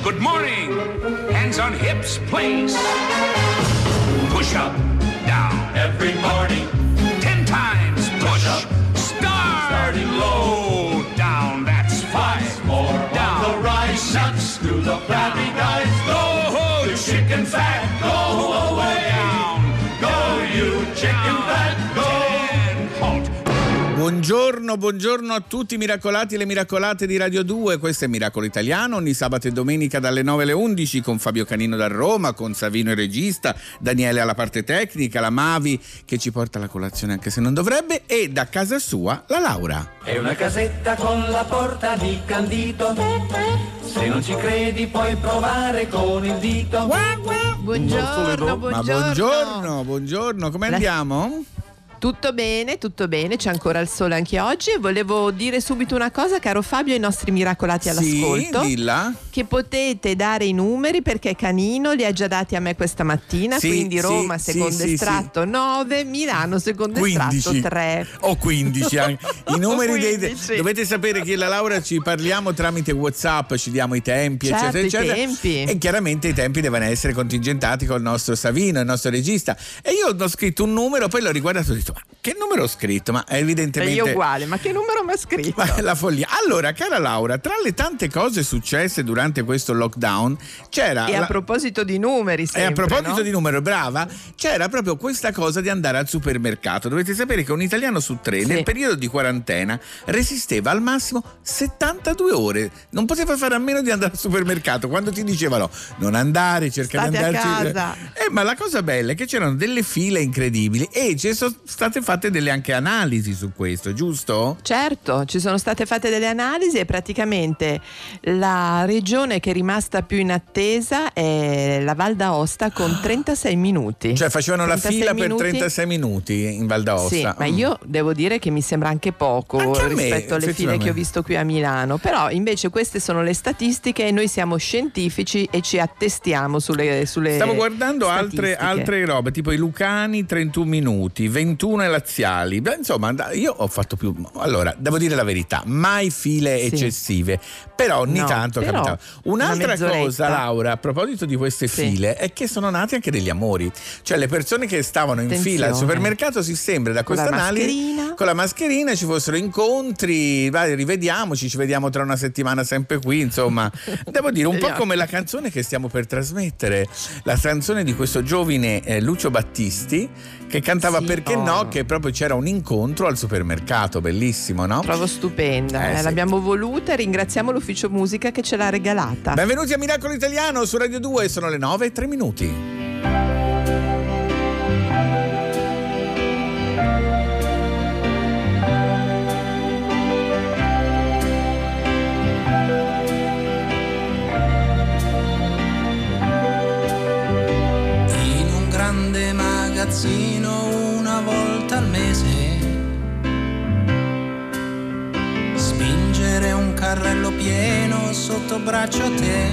Good morning. Hands on hips, place. Push up, down. Every morning. 10 times. Push up. Starting low. Down. That's 5. More down. On the rise. Nuts to the flabby guys. Go, you chicken fat. Go away. Down. Go, you chicken fat. Go. 10. Halt. Buongiorno a tutti i miracolati e le miracolate di Radio 2. Questo è Miracolo Italiano, ogni sabato e domenica dalle 9 alle 11 con Fabio Canino da Roma, con Savino il regista, Daniele alla parte tecnica, la Mavi che ci porta la colazione anche se non dovrebbe, e da casa sua la Laura. È una casetta con la porta di candito, se non ci credi puoi provare con il dito. Buongiorno. Ma buongiorno, come andiamo? Tutto bene, c'è ancora il sole anche oggi e volevo dire subito una cosa, caro Fabio, ai nostri miracolati all'ascolto. Sì, dilla. Che potete dare i numeri perché Canino li ha già dati a me questa mattina, Sì, quindi Roma secondo estratto 9, Milano secondo 15. estratto 3. O 15 anche. I numeri 15. dovete sapere che la Laura ci parliamo tramite WhatsApp, ci diamo i tempi, Certo, eccetera. i tempi. E chiaramente i tempi devono essere contingentati col nostro Savino, il nostro regista. E io ho scritto un numero, poi l'ho riguardato e ho detto: ma che numero ho scritto? Ma evidentemente E io uguale, ma che numero mi ha scritto? Ma è la follia. Allora, cara Laura, tra le tante cose successe durante questo lockdown c'era E a proposito di numeri sempre, E a proposito no? di numero, brava, c'era proprio questa cosa di andare al supermercato. Dovete sapere che un italiano su 3 nel periodo di quarantena resisteva al massimo 72 ore. Non poteva fare a meno di andare al supermercato quando ti dicevano non andare, cerca di State andarci. a casa. Ma la cosa bella è che c'erano delle file incredibili e ci sono state fatte delle anche analisi su questo, giusto? Certo, ci sono state fatte delle analisi e praticamente la regione che è rimasta più in attesa è la Val d'Aosta con 36 minuti. Cioè facevano la 36 fila minuti. per 36 minuti in Val d'Aosta. Sì, ma io devo dire che mi sembra anche poco Anche a me, rispetto alle file che ho visto qui a Milano, però invece queste sono le statistiche e noi siamo scientifici e ci attestiamo sulle Stavo guardando statistiche. altre robe, tipo i lucani 31 minuti, 21 laziali. Beh, insomma, io ho fatto più. Allora, devo dire la verità, mai file eccessive, però ogni tanto capitava. Un'altra cosa, Laura, a proposito di queste file, è che sono nati anche degli amori. Cioè le persone che stavano in fila al supermercato, si sembra da questa analisi, con la mascherina ci fossero incontri, vai, rivediamoci, ci vediamo tra una settimana sempre qui, insomma. Devo dire, un po' come la canzone che stiamo per trasmettere, la canzone di questo giovane Lucio Battisti che cantava Perché no, che proprio c'era un incontro al supermercato, bellissimo, no? Trovo stupenda, sì. l'abbiamo voluta e ringraziamo l'ufficio musica che ce l'ha regalata. Benvenuti a Miracolo Italiano su Radio 2, sono le 9:03. Una volta al mese spingere un carrello pieno sotto braccio a te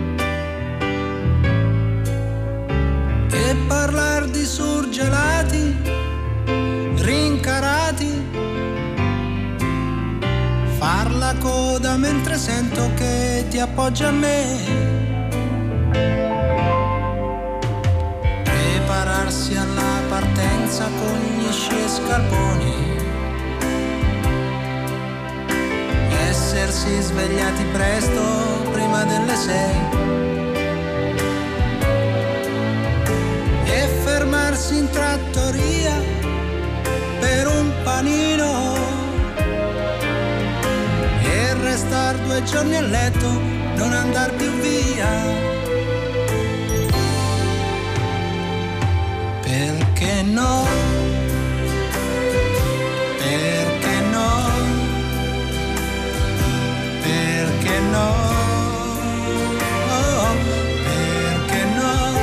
e parlar di surgelati rincarati, far la coda mentre sento che ti appoggia a me, prepararsi alla partenza con gli sci e scarponi, essersi svegliati presto prima delle 6 e fermarsi in trattoria per un panino e restar 2 giorni a letto, non andar più via. Perché no? Perché no? Perché no? Oh, perché no?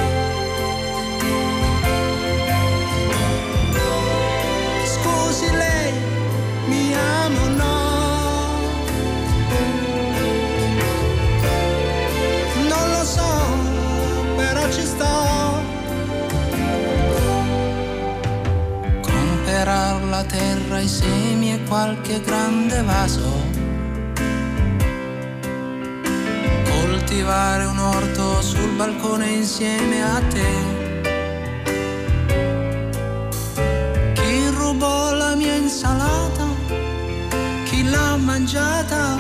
Scusi lei, mi amo o no? Non lo so, però ci sto. La terra, i semi e qualche grande vaso, col coltivare un orto sul balcone insieme a te. Chi rubò la mia insalata, chi l'ha mangiata,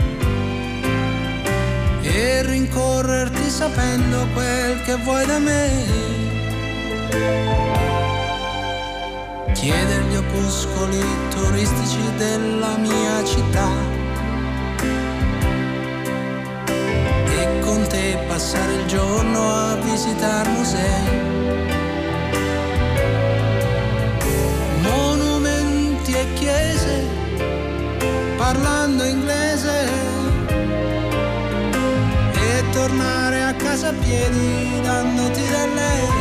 e rincorrerti sapendo quel che vuoi da me. Chiedere gli opuscoli turistici della mia città e con te passare il giorno a visitare musei, monumenti e chiese, parlando inglese, e tornare a casa a piedi dandoti del lei.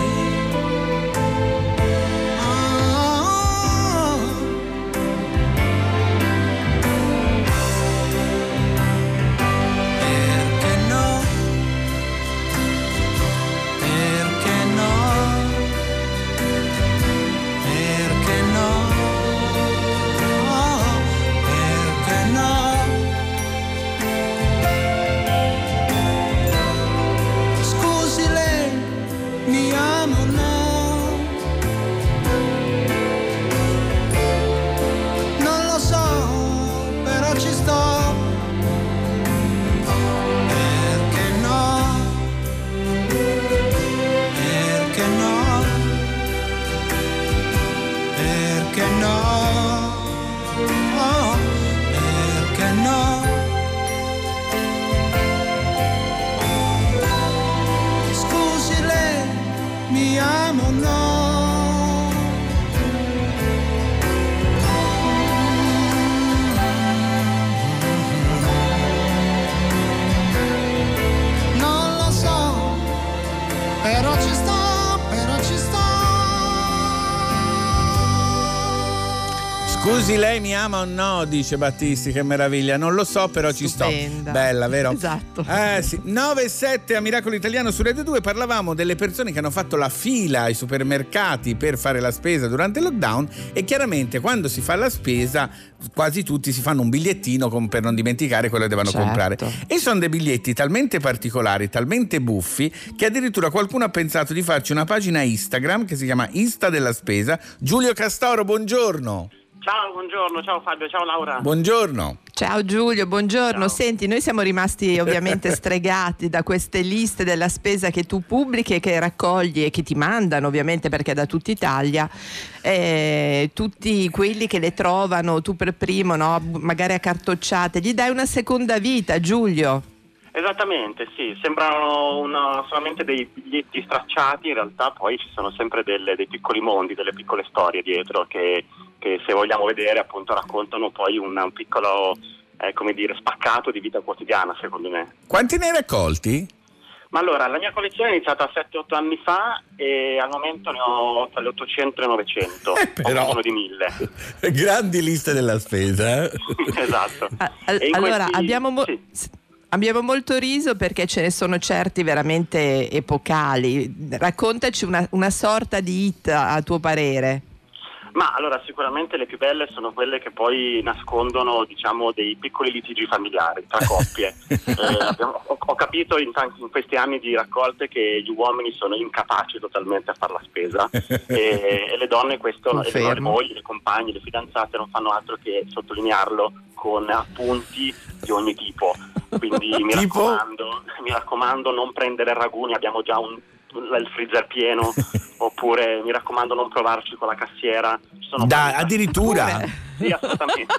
Scusi, lei mi ama o no? Dice Battisti, che meraviglia. Non lo so, però ci sto. Bella, vero? Esatto. Sì. 9-7 a Miracolo Italiano su Radio 2. Parlavamo delle persone che hanno fatto la fila ai supermercati per fare la spesa durante il lockdown, e chiaramente quando si fa la spesa quasi tutti si fanno un bigliettino per non dimenticare quello che devono comprare. E sono dei biglietti talmente particolari, talmente buffi, che addirittura qualcuno ha pensato di farci una pagina Instagram che si chiama Insta della Spesa. Giulio Castoro, buongiorno. Ciao, buongiorno, ciao Fabio, ciao Laura. Buongiorno. Ciao Giulio, buongiorno. Ciao. Senti, noi siamo rimasti ovviamente stregati da queste liste della spesa che tu pubblichi e che raccogli e che ti mandano, ovviamente, perché è da tutta Italia, tutti quelli che le trovano tu per primo, no? Magari accartocciate, gli dai una seconda vita, Giulio. Esattamente, sì, sembrano solamente dei biglietti stracciati, in realtà poi ci sono sempre dei piccoli mondi, delle piccole storie dietro che se vogliamo vedere appunto raccontano poi un piccolo, come dire, spaccato di vita quotidiana, secondo me. Quanti ne hai raccolti? Ma allora, la mia collezione è iniziata 7-8 anni fa e al momento ne ho tra le 800 e 900, però uno di 1000. Grandi liste della spesa. Esatto. Allora, sì. Abbiamo molto riso perché ce ne sono certi veramente epocali. Raccontaci una sorta di hit a tuo parere. Ma allora sicuramente le più belle sono quelle che poi nascondono, diciamo, dei piccoli litigi familiari tra coppie. Ho capito in questi anni di raccolte che gli uomini sono incapaci totalmente a fare la spesa e le donne questo, e le mogli, le compagne, le fidanzate non fanno altro che sottolinearlo con appunti di ogni tipo. Quindi mi raccomando non prendere ragù, ne abbiamo già il freezer pieno, oppure mi raccomando non provarci con la cassiera. Addirittura? Sì, assolutamente.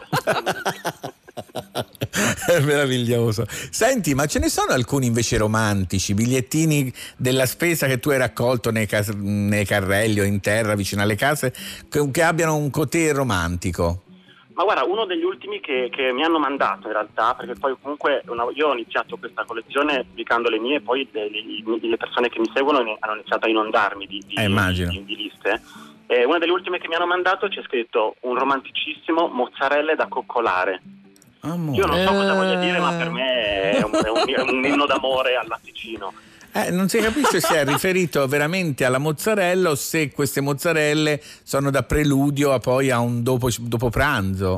È meraviglioso. Senti, ma ce ne sono alcuni invece romantici, bigliettini della spesa che tu hai raccolto nei carrelli o in terra vicino alle case, che abbiano un côté romantico? Ma guarda, uno degli ultimi che mi hanno mandato in realtà, perché poi comunque io ho iniziato questa collezione pubblicando le mie, poi le persone che mi seguono hanno iniziato a inondarmi di liste. Una delle ultime che mi hanno mandato c'è scritto un romanticissimo mozzarelle da coccolare. Io non so cosa voglia dire, ma per me è un inno d'amore al latticino. Non si capisce se è riferito veramente alla mozzarella o se queste mozzarelle sono da preludio poi a un dopo pranzo.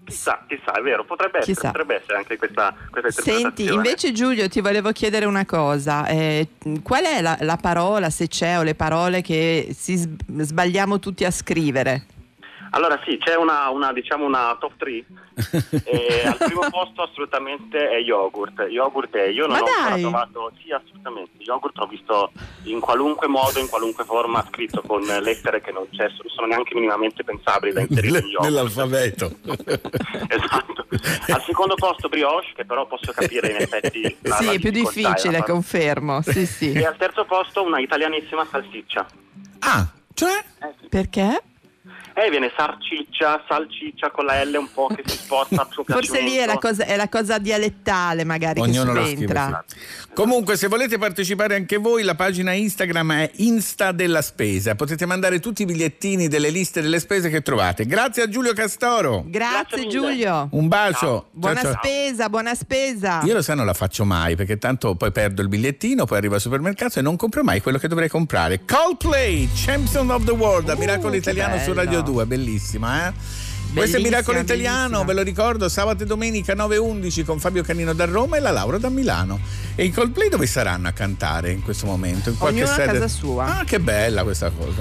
Chissà, è vero, potrebbe essere anche questa interpretazione. Senti, invece Giulio, ti volevo chiedere una cosa, qual è la parola, se c'è, o le parole che sbagliamo tutti a scrivere? Allora sì, c'è una top 3. Al primo posto assolutamente è yogurt. Io non ho ancora trovato, sì, assolutamente. Yogurt l'ho visto in qualunque modo, in qualunque forma, scritto con lettere che non sono neanche minimamente pensabili da inserire in yogurt. Nell'alfabeto. Esatto. Al secondo posto brioche, che però posso capire in effetti sì, è più difficile, confermo. Sì. E al terzo posto una italianissima salsiccia. Ah, cioè? Sì. Perché? Viene salciccia con la L un po' che si sposta al suo piacimento. Forse lì è la cosa dialettale magari. Ognuno che lo subentra. scrive. Comunque, se volete partecipare anche voi, la pagina Instagram è Insta della Spesa. Potete mandare tutti i bigliettini delle liste delle spese che trovate. Grazie a Giulio Castoro. Grazie Giulio. Un bacio. Ciao. Buona spesa. Io lo so, non la faccio mai, perché tanto poi perdo il bigliettino, poi arrivo al supermercato e non compro mai quello che dovrei comprare. Coldplay, Champion of the World, a Miracolo Italiano su Radio 2, bellissima, Questo è Miracolo Italiano, ve lo ricordo, sabato e domenica 9:11 con Fabio Canino da Roma e la Laura da Milano. E i Coldplay dove saranno a cantare in questo momento? In qualche ognuno sede? a casa sua. Ah, che bella questa cosa.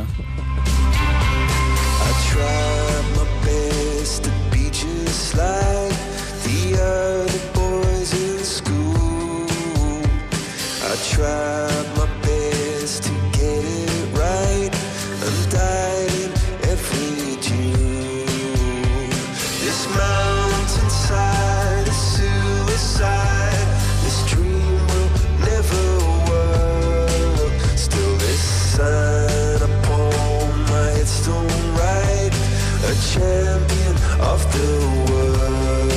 I tried my best to be just like the other boys in school. I tried my best to get it right. I'm dying every June. This mountainside is suicide. This dream will never work. Still this sign upon my headstone right. A champion of the world.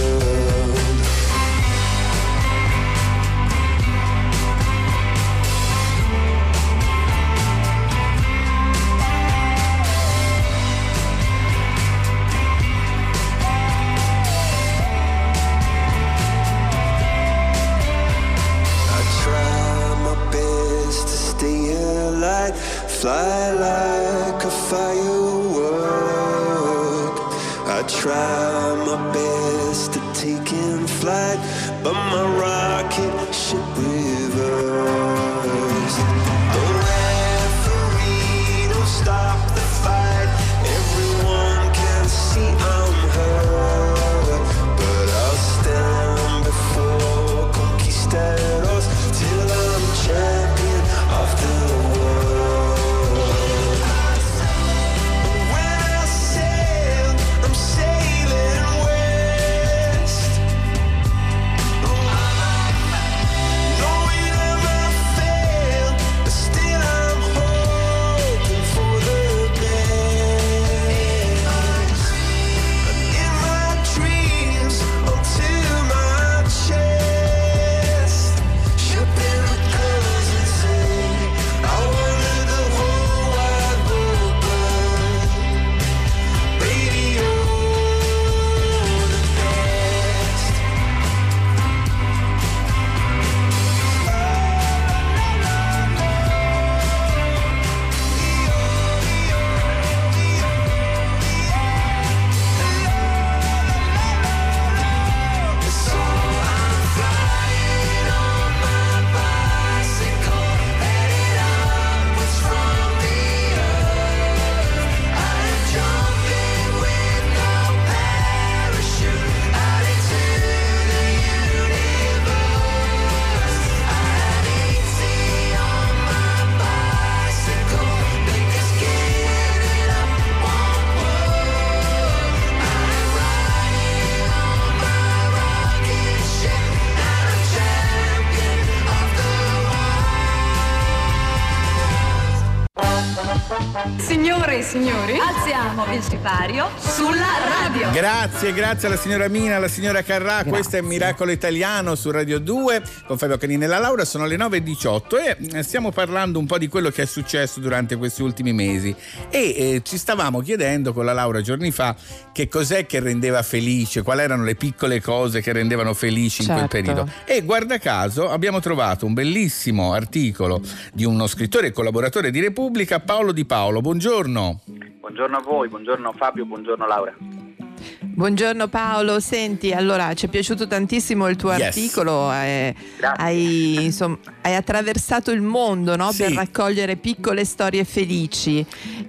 Fly like a firework. I try my best to take in flight, but my rocket ship reversed. The referee don't stop the fight. Everyone can see I'm hurt, but I'll stand before conquistadors till I'm champion of the world. Signore e signori, alziamo il sipario sulla radio. Grazie alla signora Mina, alla signora Carrà. Grazie. Questo è Miracolo Italiano su Radio 2 con Fabio Canini e la Laura. Sono le 9:18 e stiamo parlando un po' di quello che è successo durante questi ultimi mesi e ci stavamo chiedendo con la Laura giorni fa che cos'è che rendeva felice, quali erano le piccole cose che rendevano felici in quel periodo. E guarda caso abbiamo trovato un bellissimo articolo di uno scrittore e collaboratore di Repubblica, Paolo Di Paolo. Buongiorno. Buongiorno a voi, buongiorno Fabio, buongiorno Laura. Buongiorno Paolo, senti, allora ci è piaciuto tantissimo il tuo articolo, hai attraversato il mondo, no? Sì. Per raccogliere piccole storie felici,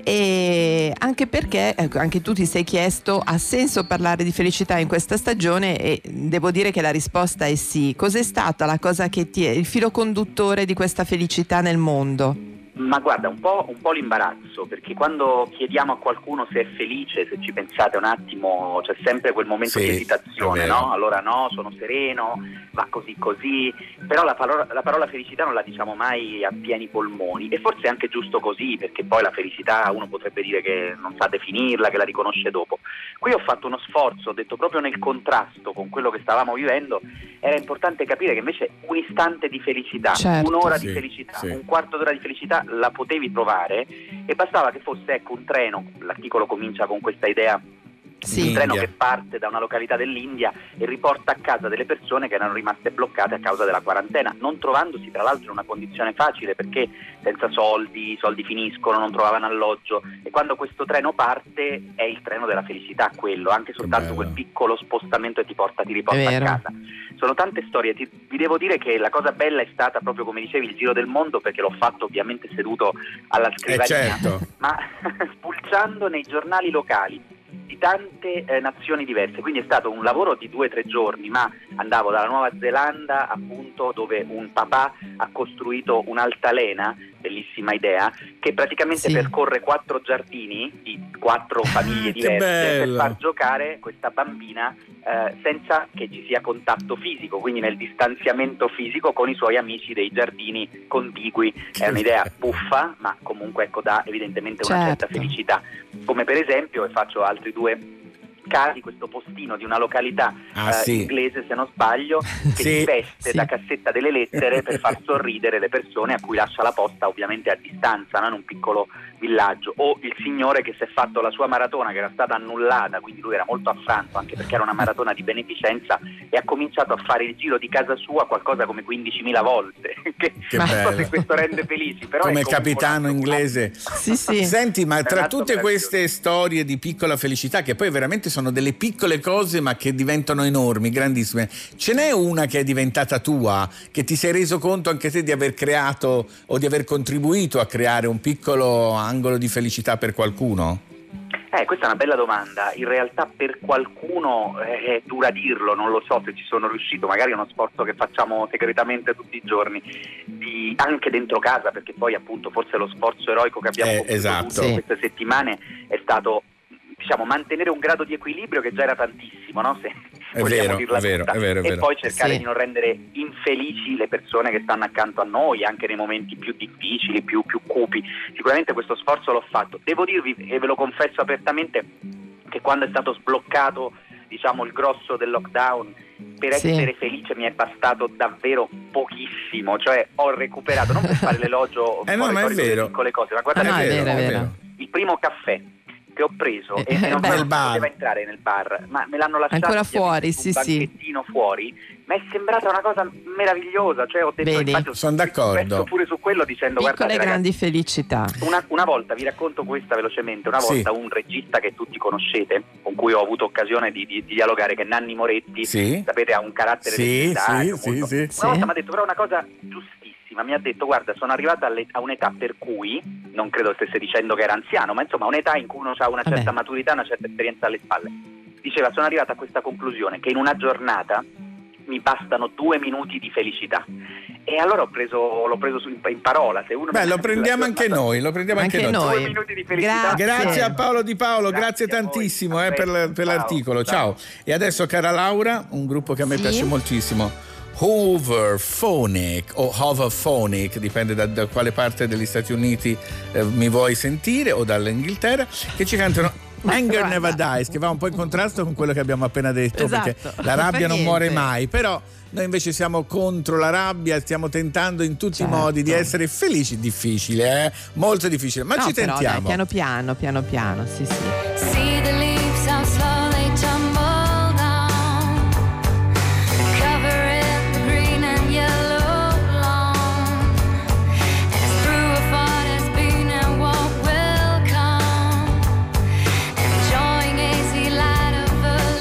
e anche perché anche tu ti sei chiesto: ha senso parlare di felicità in questa stagione? E devo dire che la risposta è sì. Cos'è stata la cosa che il filo conduttore di questa felicità nel mondo? Ma guarda, un po' l'imbarazzo, perché quando chiediamo a qualcuno se è felice, se ci pensate un attimo, c'è sempre quel momento di esitazione, no? Allora no, sono sereno, va così, però la parola felicità non la diciamo mai a pieni polmoni, e forse è anche giusto così, perché poi la felicità uno potrebbe dire che non sa definirla, che la riconosce dopo. Qui ho fatto uno sforzo, ho detto proprio nel contrasto con quello che stavamo vivendo, era importante capire che invece un istante di felicità, un'ora di felicità, un quarto d'ora di felicità la potevi trovare, e bastava che fosse un treno. L'articolo comincia con questa idea di un treno che parte da una località dell'India e riporta a casa delle persone che erano rimaste bloccate a causa della quarantena, non trovandosi tra l'altro in una condizione facile, perché senza soldi, i soldi finiscono, non trovavano alloggio, e quando questo treno parte è il treno della felicità, quello, anche soltanto quel piccolo spostamento e ti riporta a casa. Sono tante storie, vi devo dire che la cosa bella è stata proprio, come dicevi, il giro del mondo, perché l'ho fatto ovviamente seduto alla scrivania, ma spulciando nei giornali locali di tante nazioni diverse, quindi è stato un lavoro di 2 o 3 giorni, ma andavo dalla Nuova Zelanda, appunto, dove un papà ha costruito un'altalena, bellissima idea, che praticamente percorre 4 giardini di 4 famiglie diverse per far giocare questa bambina senza che ci sia contatto fisico, quindi nel distanziamento fisico con i suoi amici dei giardini contigui. È un'idea buffa, ma comunque dà evidentemente una certa felicità, come per esempio, e faccio altri 2 casi, questo postino di una località inglese, se non sbaglio, che si veste da cassetta delle lettere per far sorridere le persone a cui lascia la posta, ovviamente a distanza, no? In un piccolo villaggio. O il signore che si è fatto la sua maratona, che era stata annullata, quindi lui era molto affranto, anche perché era una maratona di beneficenza, e ha cominciato a fare il giro di casa sua qualcosa come 15.000 volte che non so se questo rende felici, però come il capitano inglese. Senti, ma tra tutte queste storie di piccola felicità, che poi veramente sono delle piccole cose ma che diventano enormi, grandissime, ce n'è una che è diventata tua, che ti sei reso conto anche te di aver creato o di aver contribuito a creare un piccolo angolo di felicità per qualcuno? Questa è una bella domanda. In realtà per qualcuno è dura dirlo, non lo so se ci sono riuscito, magari è uno sforzo che facciamo segretamente tutti i giorni, anche dentro casa, perché poi appunto forse lo sforzo eroico che abbiamo compiuto queste settimane è stato, diciamo, mantenere un grado di equilibrio che già era tantissimo, no? Se vogliamo dirla tutta. È vero. E poi cercare di non rendere infelici le persone che stanno accanto a noi, anche nei momenti più difficili, più cupi. Sicuramente questo sforzo l'ho fatto. Devo dirvi, e ve lo confesso apertamente, che quando è stato sbloccato, diciamo, il grosso del lockdown, per essere felice mi è bastato davvero pochissimo, cioè ho recuperato, non per fare l'elogio delle piccole cose, ma guardate, è vero. Il primo caffè che ho preso e non poteva entrare nel bar, ma me l'hanno lasciato ancora fuori, un banchettino fuori, ma è sembrata una cosa meravigliosa, cioè ho detto, sono d'accordo, pure su quello, dicendo piccole grandi felicità. Una volta, vi racconto questa velocemente, una volta un regista che tutti conoscete, con cui ho avuto occasione di dialogare, che è Nanni Moretti, sapete, ha un carattere leggendario, una volta mi ha detto però una cosa giustissima, mi ha detto: guarda, sono arrivata a un'età per cui, non credo stesse dicendo che era anziano, ma insomma un'età in cui uno ha una certa maturità, una certa esperienza alle spalle. Diceva: sono arrivata a questa conclusione, che in una giornata mi bastano 2 minuti di felicità. E allora l'ho preso in parola. Se uno lo prendiamo anche noi, 2 minuti di felicità. Grazie a Paolo Di Paolo, grazie tantissimo per l'articolo. Ciao. E adesso, cara Laura, un gruppo che a me piace moltissimo, Hoverphonic o Hoverphonic, dipende da quale parte degli Stati Uniti mi vuoi sentire, o dall'Inghilterra, che ci cantano Anger Never Dies, che va un po' in contrasto con quello che abbiamo appena detto, perché la rabbia non muore mai, però noi invece siamo contro la rabbia, stiamo tentando in tutti i modi di essere felici. Difficile, molto difficile, ma ci tentiamo. Dai, piano piano, sì. See the leaves how slowly tumble. Enjoying hazy light of a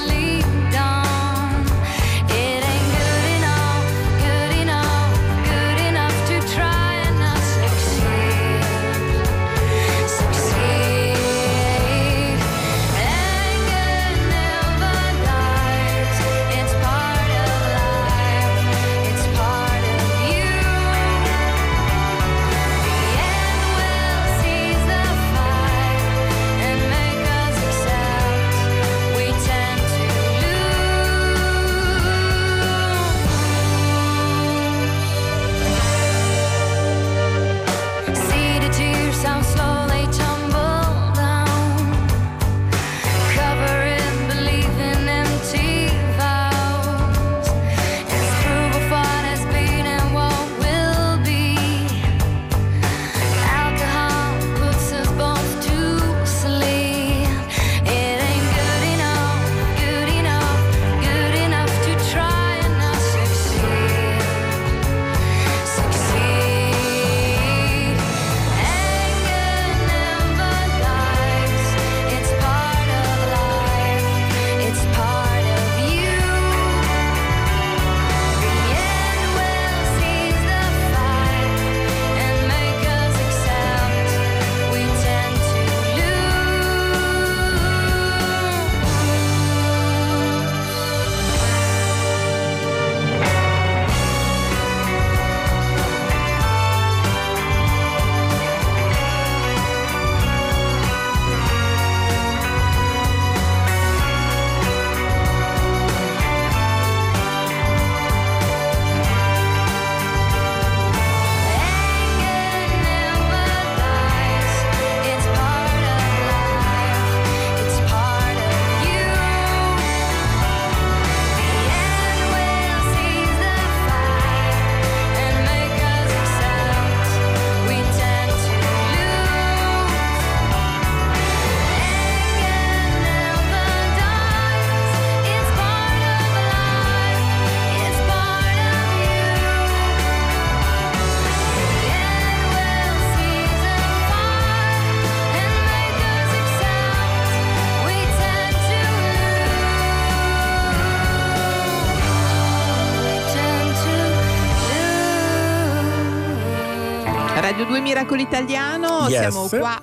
Radio 2 Miracolo Italiano, yes. Siamo qua,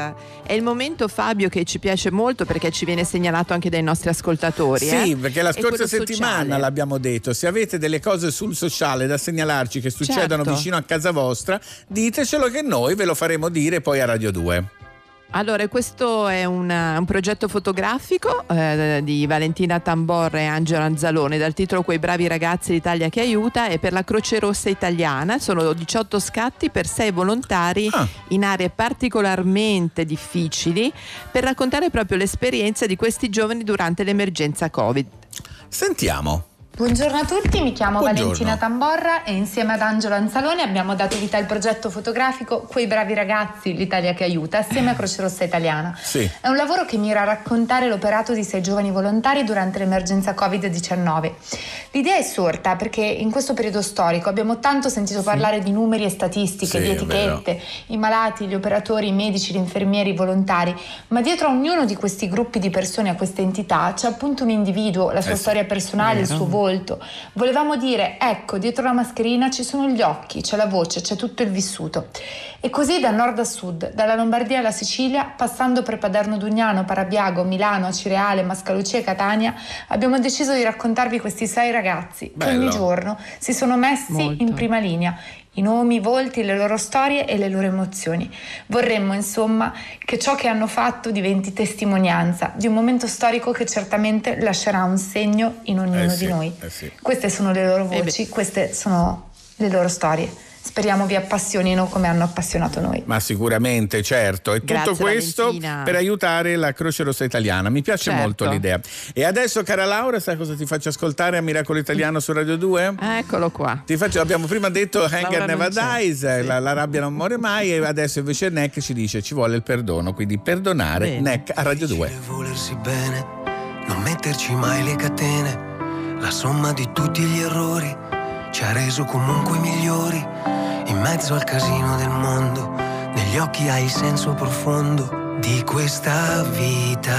è il momento, Fabio, che ci piace molto perché ci viene segnalato anche dai nostri ascoltatori. Sì, perché la scorsa settimana settimana l'abbiamo detto, se avete delle cose sul sociale da segnalarci che succedono vicino a casa vostra, ditecelo che noi ve lo faremo dire poi a Radio 2. Allora, questo è un progetto fotografico di Valentina Tamborra e Angelo Anzalone dal titolo Quei bravi ragazzi, l'Italia che aiuta, e per la Croce Rossa Italiana. Sono 18 scatti per 6 volontari in aree particolarmente difficili per raccontare proprio l'esperienza di questi giovani durante l'emergenza Covid. Sentiamo. Buongiorno a tutti, mi chiamo Valentina Tamborra e insieme ad Angelo Anzalone abbiamo dato vita al progetto fotografico Quei bravi ragazzi, l'Italia che aiuta, assieme a Croce Rossa Italiana. Sì. È un lavoro che mira a raccontare l'operato di 6 giovani volontari durante l'emergenza Covid-19. L'idea è sorta perché in questo periodo storico abbiamo tanto sentito parlare di numeri e statistiche, di etichette, i malati, gli operatori, i medici, gli infermieri, i volontari, ma dietro a ognuno di questi gruppi di persone, a queste entità, c'è appunto un individuo, la sua storia personale, il suo volto. Volevamo dire, ecco, dietro la mascherina ci sono gli occhi, c'è la voce, c'è tutto il vissuto. E così da nord a sud, dalla Lombardia alla Sicilia, passando per Paderno Dugnano, Parabiago, Milano, Cireale, Mascalucia e Catania, abbiamo deciso di raccontarvi questi 6 ragazzi che ogni giorno si sono messi in prima linea. I nomi, i volti, le loro storie e le loro emozioni. Vorremmo, insomma, che ciò che hanno fatto diventi testimonianza di un momento storico che certamente lascerà un segno in ognuno di noi. Queste sono le loro voci, queste sono le loro storie. Speriamo vi appassionino come hanno appassionato noi. Ma sicuramente, certo. E Grazie, tutto questo Valentina, per aiutare la Croce Rossa Italiana. Mi piace molto l'idea. E adesso, cara Laura, sai cosa ti faccio ascoltare a Miracolo Italiano su Radio 2? Eccolo qua. Abbiamo prima detto Anger Never Dies, la rabbia non muore mai, e adesso invece Neck ci dice ci vuole il perdono, quindi perdonare. Neck a Radio 2. Volersi bene, non metterci mai le catene, la somma di tutti gli errori ci ha reso comunque migliori. In mezzo al casino del mondo, negli occhi hai il senso profondo di questa vita.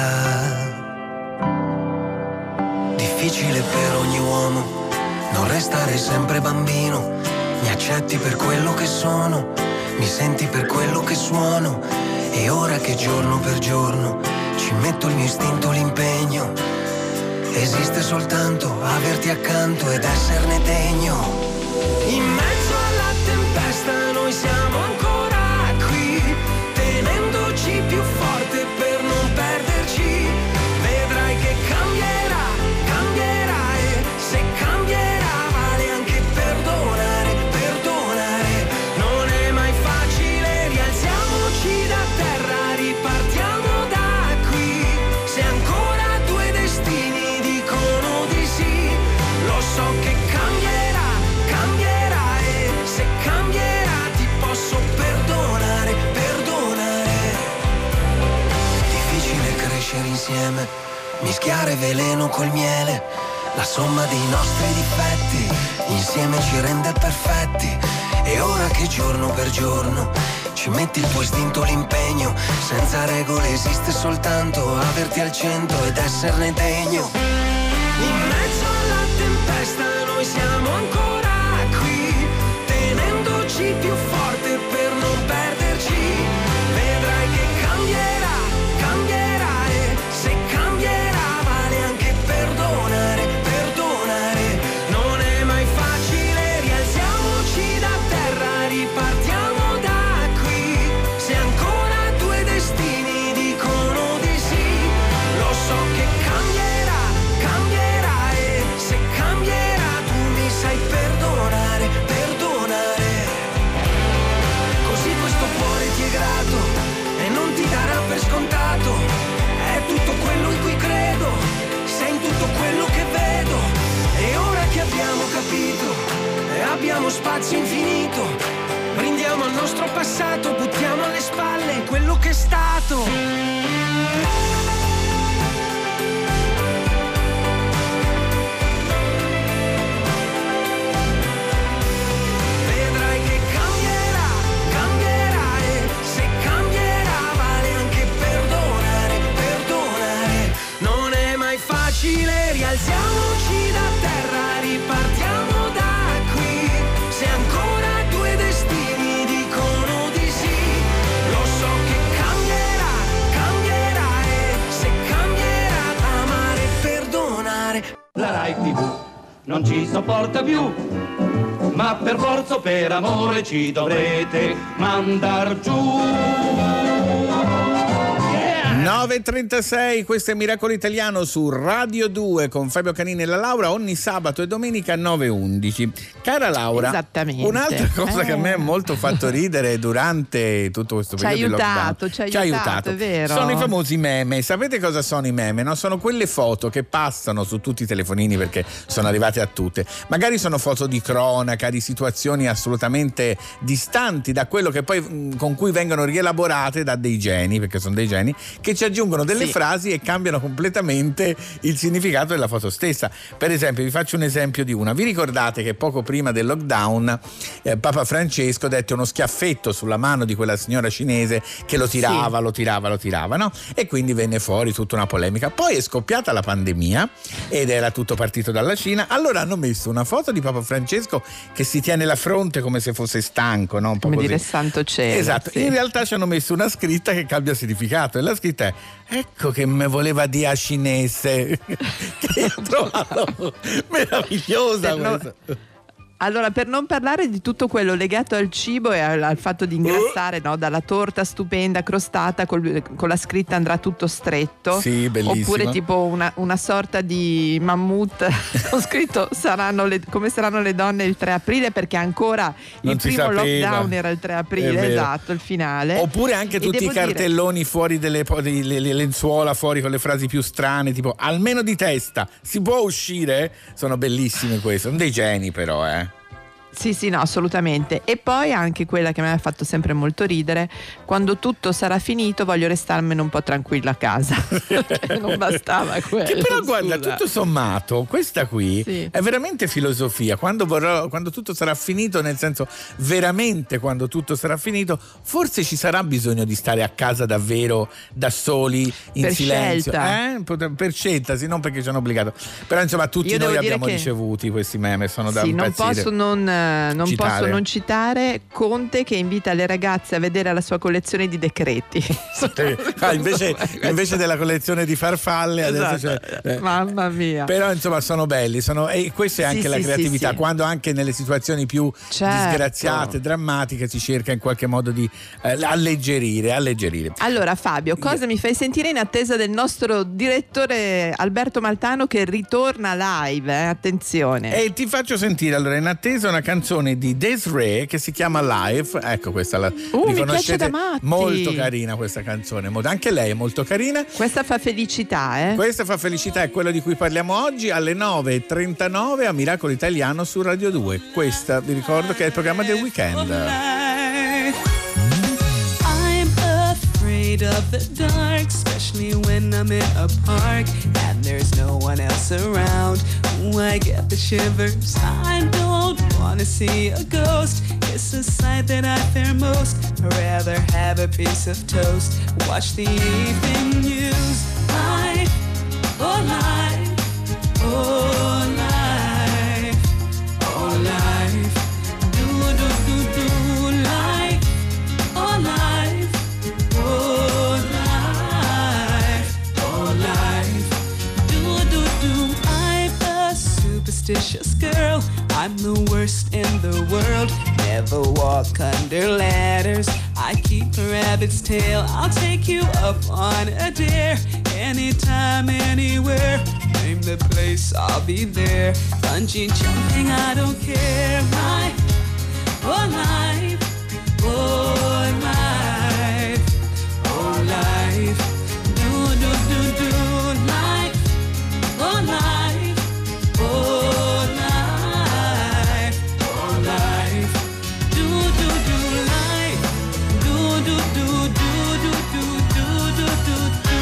Difficile per ogni uomo non restare sempre bambino. Mi accetti per quello che sono, mi senti per quello che suono. E ora che giorno per giorno ci metto il mio istinto, l'impegno. Esiste soltanto averti accanto ed esserne degno. In mezzo alla tempesta noi siamo ancora qui, tenendoci più forte per non perderci. Vedrai che cambierà, cambierà, e se cambierà vale anche perdonare, perdonare. Non è mai facile, rialziamoci da terra, ripartiamo da qui. Se ancora due destini dicono di sì, lo so che cambierà, cambierà, e se cambierà ti posso perdonare, perdonare. Difficile crescere insieme, mischiare veleno col miele. La somma dei nostri difetti insieme ci rende perfetti. E ora che giorno per giorno ci metti il tuo istinto, l'impegno. Senza regole esiste soltanto averti al centro ed esserne degno. In mezzo alla tempesta noi siamo ancora qui, tenendoci più forte per non perderci. Vedrai che cambierà, cambierà, e se cambierà vale anche perdonare, perdonare. Non è mai facile, rialziamoci da terra, ripartiamo da qui. Se ancora due destini dicono di sì, lo so che cambierà, cambierà, e se cambierà tu mi sai perdonare, perdonare. Così questo cuore ti è grato e non ti darà per scontato. È tutto quello in cui credo, sei in tutto quello che vedo. E ora che abbiamo capito e abbiamo spazio infinito, brindiamo al nostro passato, buttiamo alle spalle quello che è stato. Vedrai che cambierà, cambierà, e se cambierà vale anche perdonare, perdonare. Non è mai facile, rialziamoci da terra, ripartiamo da qui. Se ancora due destini dicono non ci sopporta più, ma per forza o per amore ci dovrete mandar giù. 9.36, questo è Miracolo Italiano su Radio 2 con Fabio Canini e la Laura ogni sabato e domenica a 9.11. Cara Laura, un'altra cosa che a me ha molto fatto ridere durante tutto questo periodo di lockdown, ci ha aiutato, è vero. Sono i famosi meme. Sapete cosa sono i meme? No? Sono quelle foto che passano su tutti i telefonini perché sono arrivate a tutte. Magari sono foto di cronaca, di situazioni assolutamente distanti da quello che poi con cui vengono rielaborate da dei geni, perché sono dei geni che ci aggiungono delle frasi e cambiano completamente il significato della foto stessa. Per esempio, vi faccio un esempio di una. Vi ricordate che poco prima del lockdown Papa Francesco dette uno schiaffetto sulla mano di quella signora cinese che lo tirava, no? E quindi venne fuori tutta una polemica. Poi è scoppiata la pandemia ed era tutto partito dalla Cina. Allora hanno messo una foto di Papa Francesco che si tiene la fronte come se fosse stanco, no? Un po' come così. Dire santo cielo. Esatto. Sì. In realtà ci hanno messo una scritta che cambia significato e la scritta è: ecco che me voleva dire a cinese. Che ho trovato meravigliosa. Allora, per non parlare di tutto quello legato al cibo e al fatto di ingrassare, no? Dalla torta stupenda crostata con la scritta andrà tutto stretto, sì, bellissima. Oppure tipo una sorta di mammut con scritto come saranno le donne il 3 aprile, perché ancora il primo lockdown era il 3 aprile, esatto, il finale. Oppure anche tutti i cartelloni fuori delle lenzuola, fuori con le frasi più strane, tipo almeno di testa, si può uscire? Sono bellissime queste, sono dei geni però, Sì, no, assolutamente. E poi anche quella che mi ha fatto sempre molto ridere: quando tutto sarà finito voglio restarmene un po' tranquilla a casa. Non bastava quello. Che però guarda, tutto sommato questa qui è veramente filosofia. Quando tutto sarà finito, nel senso veramente quando tutto sarà finito, forse ci sarà bisogno di stare a casa davvero da soli in per silenzio, scelta. Per scelta, sì, non perché ci hanno obbligato. Però insomma tutti noi abbiamo ricevuti questi meme, sono da impazzire. Non posso non citare Conte che invita le ragazze a vedere la sua collezione di decreti. Invece della collezione di farfalle, adesso c'è, mamma mia. Però insomma sono belli, e questa è anche la creatività, quando anche nelle situazioni più disgraziate, drammatiche, si cerca in qualche modo di alleggerire. Allora Fabio, cosa mi fai sentire in attesa del nostro direttore Alberto Maltano che ritorna live, attenzione. E ti faccio sentire allora in attesa una canzone di Des'ree che si chiama Live. Ecco, questa la riconoscete, molto carina questa canzone, anche lei è molto carina. Questa fa felicità, Questa fa felicità, è quello di cui parliamo oggi alle 9.39 a Miracolo Italiano su Radio 2. Questa vi ricordo che è il programma del weekend. Of the dark, especially when I'm in a park and there's no one else around. Ooh, I get the shivers. I don't wanna see a ghost. It's the sight that I fear most. I'd rather have a piece of toast. Watch the evening news. Life, oh life, oh life, oh life. Do do do do life, oh life. Oh life, oh life, do, I'm a superstitious girl, I'm the worst in the world, never walk under ladders, I keep a rabbit's tail, I'll take you up on a dare, anytime, anywhere, name the place, I'll be there, bungee jumping, I don't care, life, oh life, oh life. Oh life, do do do do life, oh life, oh life, oh life, do do do life, do do do do do do do do do.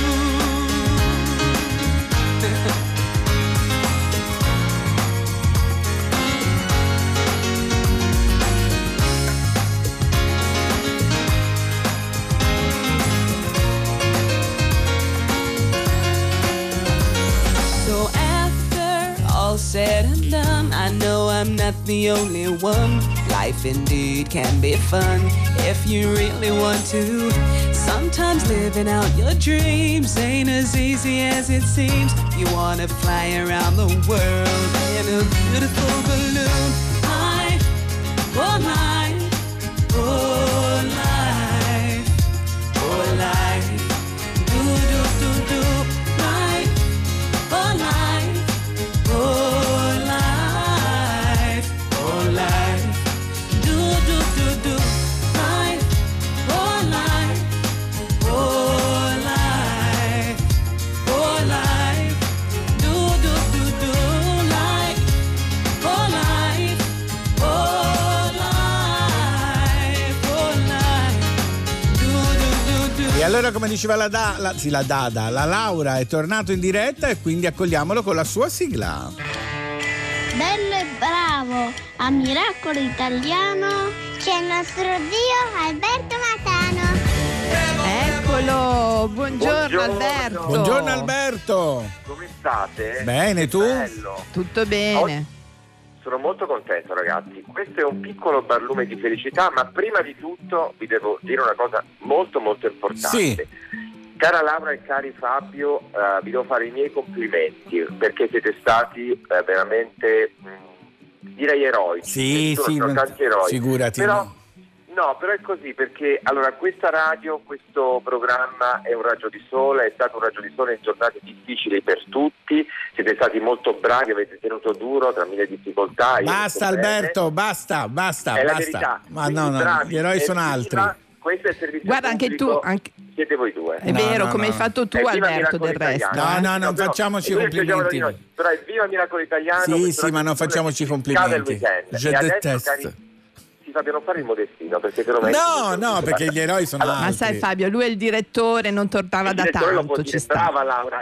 not the only one. Life indeed can be fun if you really want to. Sometimes living out your dreams ain't as easy as it seems. You wanna fly around the world in a beautiful balloon. Life, oh life, oh life, oh life. Do do do do. Life, oh life, oh life, oh life. Do do do do. Life, oh life, oh life, oh life. Do do do do. Life, oh life, oh life, oh life. Do do do do. E allora, come diceva la Dada, la Laura è tornato in diretta e quindi accogliamolo con la sua sigla. Bello e bravo, a Miracolo Italiano c'è il nostro zio Alberto Matano. Eccolo, buongiorno Alberto. Buongiorno Alberto. Come state? Bene, tu? Bello. Tutto bene. Sono molto contento, ragazzi. Questo è un piccolo barlume di felicità, ma prima di tutto vi devo dire una cosa molto molto importante. Sì. Cara Laura e cari Fabio, vi devo fare i miei complimenti perché siete stati veramente, direi, eroi. Sì, sono tanti eroi. Figurati. Però è così, perché allora questa radio, questo programma è un raggio di sole, è stato un raggio di sole in giornate difficili per tutti, siete stati molto bravi, avete tenuto duro tra mille difficoltà. Basta Alberto, basta. È la verità. Ma no, gli eroi sono altri. Questo è il servizio Guarda, pubblico, anche tu, siete voi due. È vero, come hai fatto tu, Alberto, del resto. No, non facciamoci complimenti. Però è viva Miracolo Italiano. Sì, ma non facciamoci complimenti. Je déteste. Fabio, non fare il modestino perché no, perché gli eroi sono altri. Ma sai Fabio, lui è il direttore, non tornava da tanto, ci sta. Brava Laura,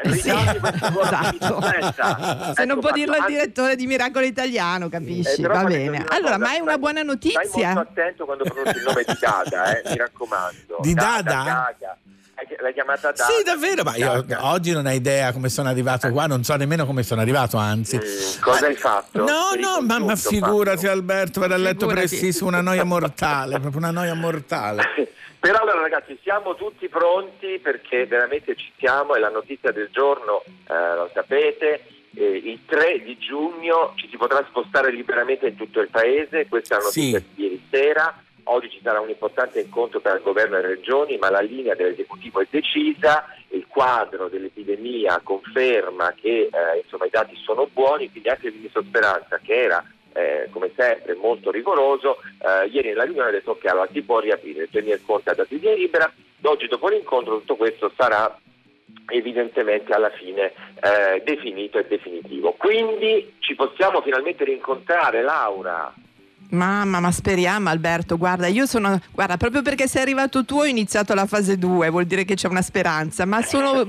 esatto. Se non può dirlo il direttore di Miracolo Italiano, capisci? Va bene. Allora, ma è una buona notizia? Stai molto attento quando pronunci il nome di Dada, mi raccomando. Di Dada? L'hai chiamata Dada? Sì, davvero, ma io oggi non hai idea come sono arrivato qua, non so nemmeno come sono arrivato, anzi. Cosa hai fatto? No, ma figurati Alberto, vado a letto prestissimo, una noia mortale, proprio una noia mortale. Però allora ragazzi, siamo tutti pronti perché veramente ci siamo, è la notizia del giorno, lo sapete. Il 3 di giugno ci si potrà spostare liberamente in tutto il paese, questa è la notizia di ieri sera. Oggi ci sarà un importante incontro tra il governo e le regioni, ma la linea dell'esecutivo è decisa, il quadro dell'epidemia conferma che insomma, i dati sono buoni, quindi anche il ministro Speranza, che era come sempre molto rigoroso, ieri nella riunione ha detto che allora si può riaprire, il Premier Conte ha dato via libera. Oggi dopo l'incontro tutto questo sarà evidentemente alla fine definito e definitivo. Quindi ci possiamo finalmente rincontrare, Laura. Mamma, ma speriamo Alberto, guarda, proprio perché sei arrivato tu ho iniziato la fase 2, vuol dire che c'è una speranza, ma sono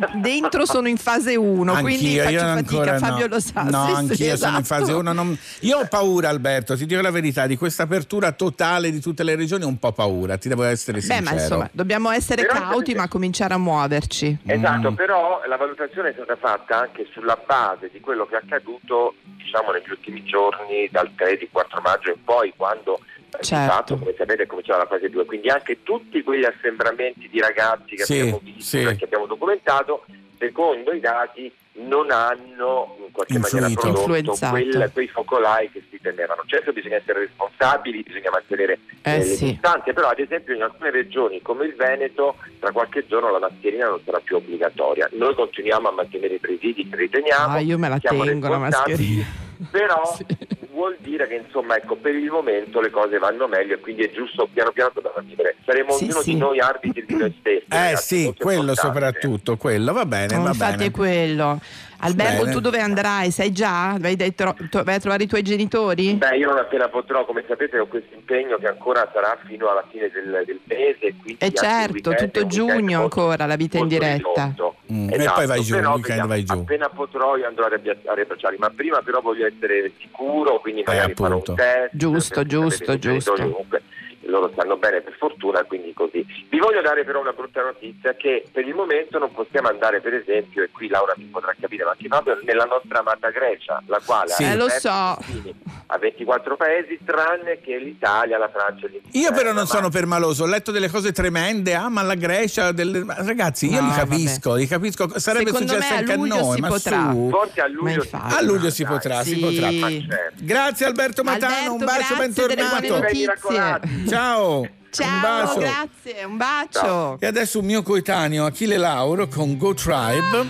in fase 1, quindi faccio fatica, Fabio lo sa. No, anch'io sono in fase 1, io ho paura Alberto, ti dico la verità, di questa apertura totale di tutte le regioni ho un po' paura, ti devo essere sincero. Ma insomma, dobbiamo essere cauti ma cominciare a muoverci. Esatto, però la valutazione è stata fatta anche sulla base di quello che è accaduto, diciamo, negli ultimi giorni, dal 3 di 4 maggio in poi, quando di fatto, come sapete, è cominciata la fase 2, quindi anche tutti quegli assembramenti di ragazzi che abbiamo visto e che abbiamo documentato, secondo i dati non hanno in qualche maniera prodotto quei focolai che si temevano. Certo, bisogna essere responsabili, bisogna mantenere le distanze, però ad esempio in alcune regioni come il Veneto tra qualche giorno la mascherina non sarà più obbligatoria. Noi continuiamo a mantenere i presidi che riteniamo, io me la tengo la mascherina, però vuol dire che insomma, ecco, per il momento le cose vanno meglio e quindi è giusto piano piano dobbiamo vivere. Saremo ognuno di noi arbitri di noi stessi. Sì, quello soprattutto, quello va bene. Infatti è quello. Alberto, tu dove andrai? Sai già? Vai a trovare i tuoi genitori? Beh, io non appena potrò, come sapete ho questo impegno che ancora sarà fino alla fine del mese. E certo, tutto giugno ancora la vita in diretta. Esatto, e poi vai giù, weekend vai giù. Appena potrò io andrò a riabbracciarli, ma prima però voglio essere sicuro, quindi magari farò un test. Giusto. Comunque loro stanno bene per fortuna, quindi così. Vi voglio dare però una brutta notizia, che per il momento non possiamo andare, per esempio, e qui Laura mi potrà capire, ma proprio nella nostra amata Grecia, la quale lo so, a 24 paesi tranne che l'Italia, la Francia e l'Inghilterra. Io però non sono permaloso, ho letto delle cose tremende, ma la Grecia, ma ragazzi, io li capisco, sarebbe secondo successo anche a noi, ma su. Forse a luglio si potrà, sì. si potrà. Grazie Alberto Matano, un bacio, bentornato. Ciao. Ciao, grazie, un bacio. Ciao. E adesso un mio coetaneo, Achille Lauro, con Go Tribe.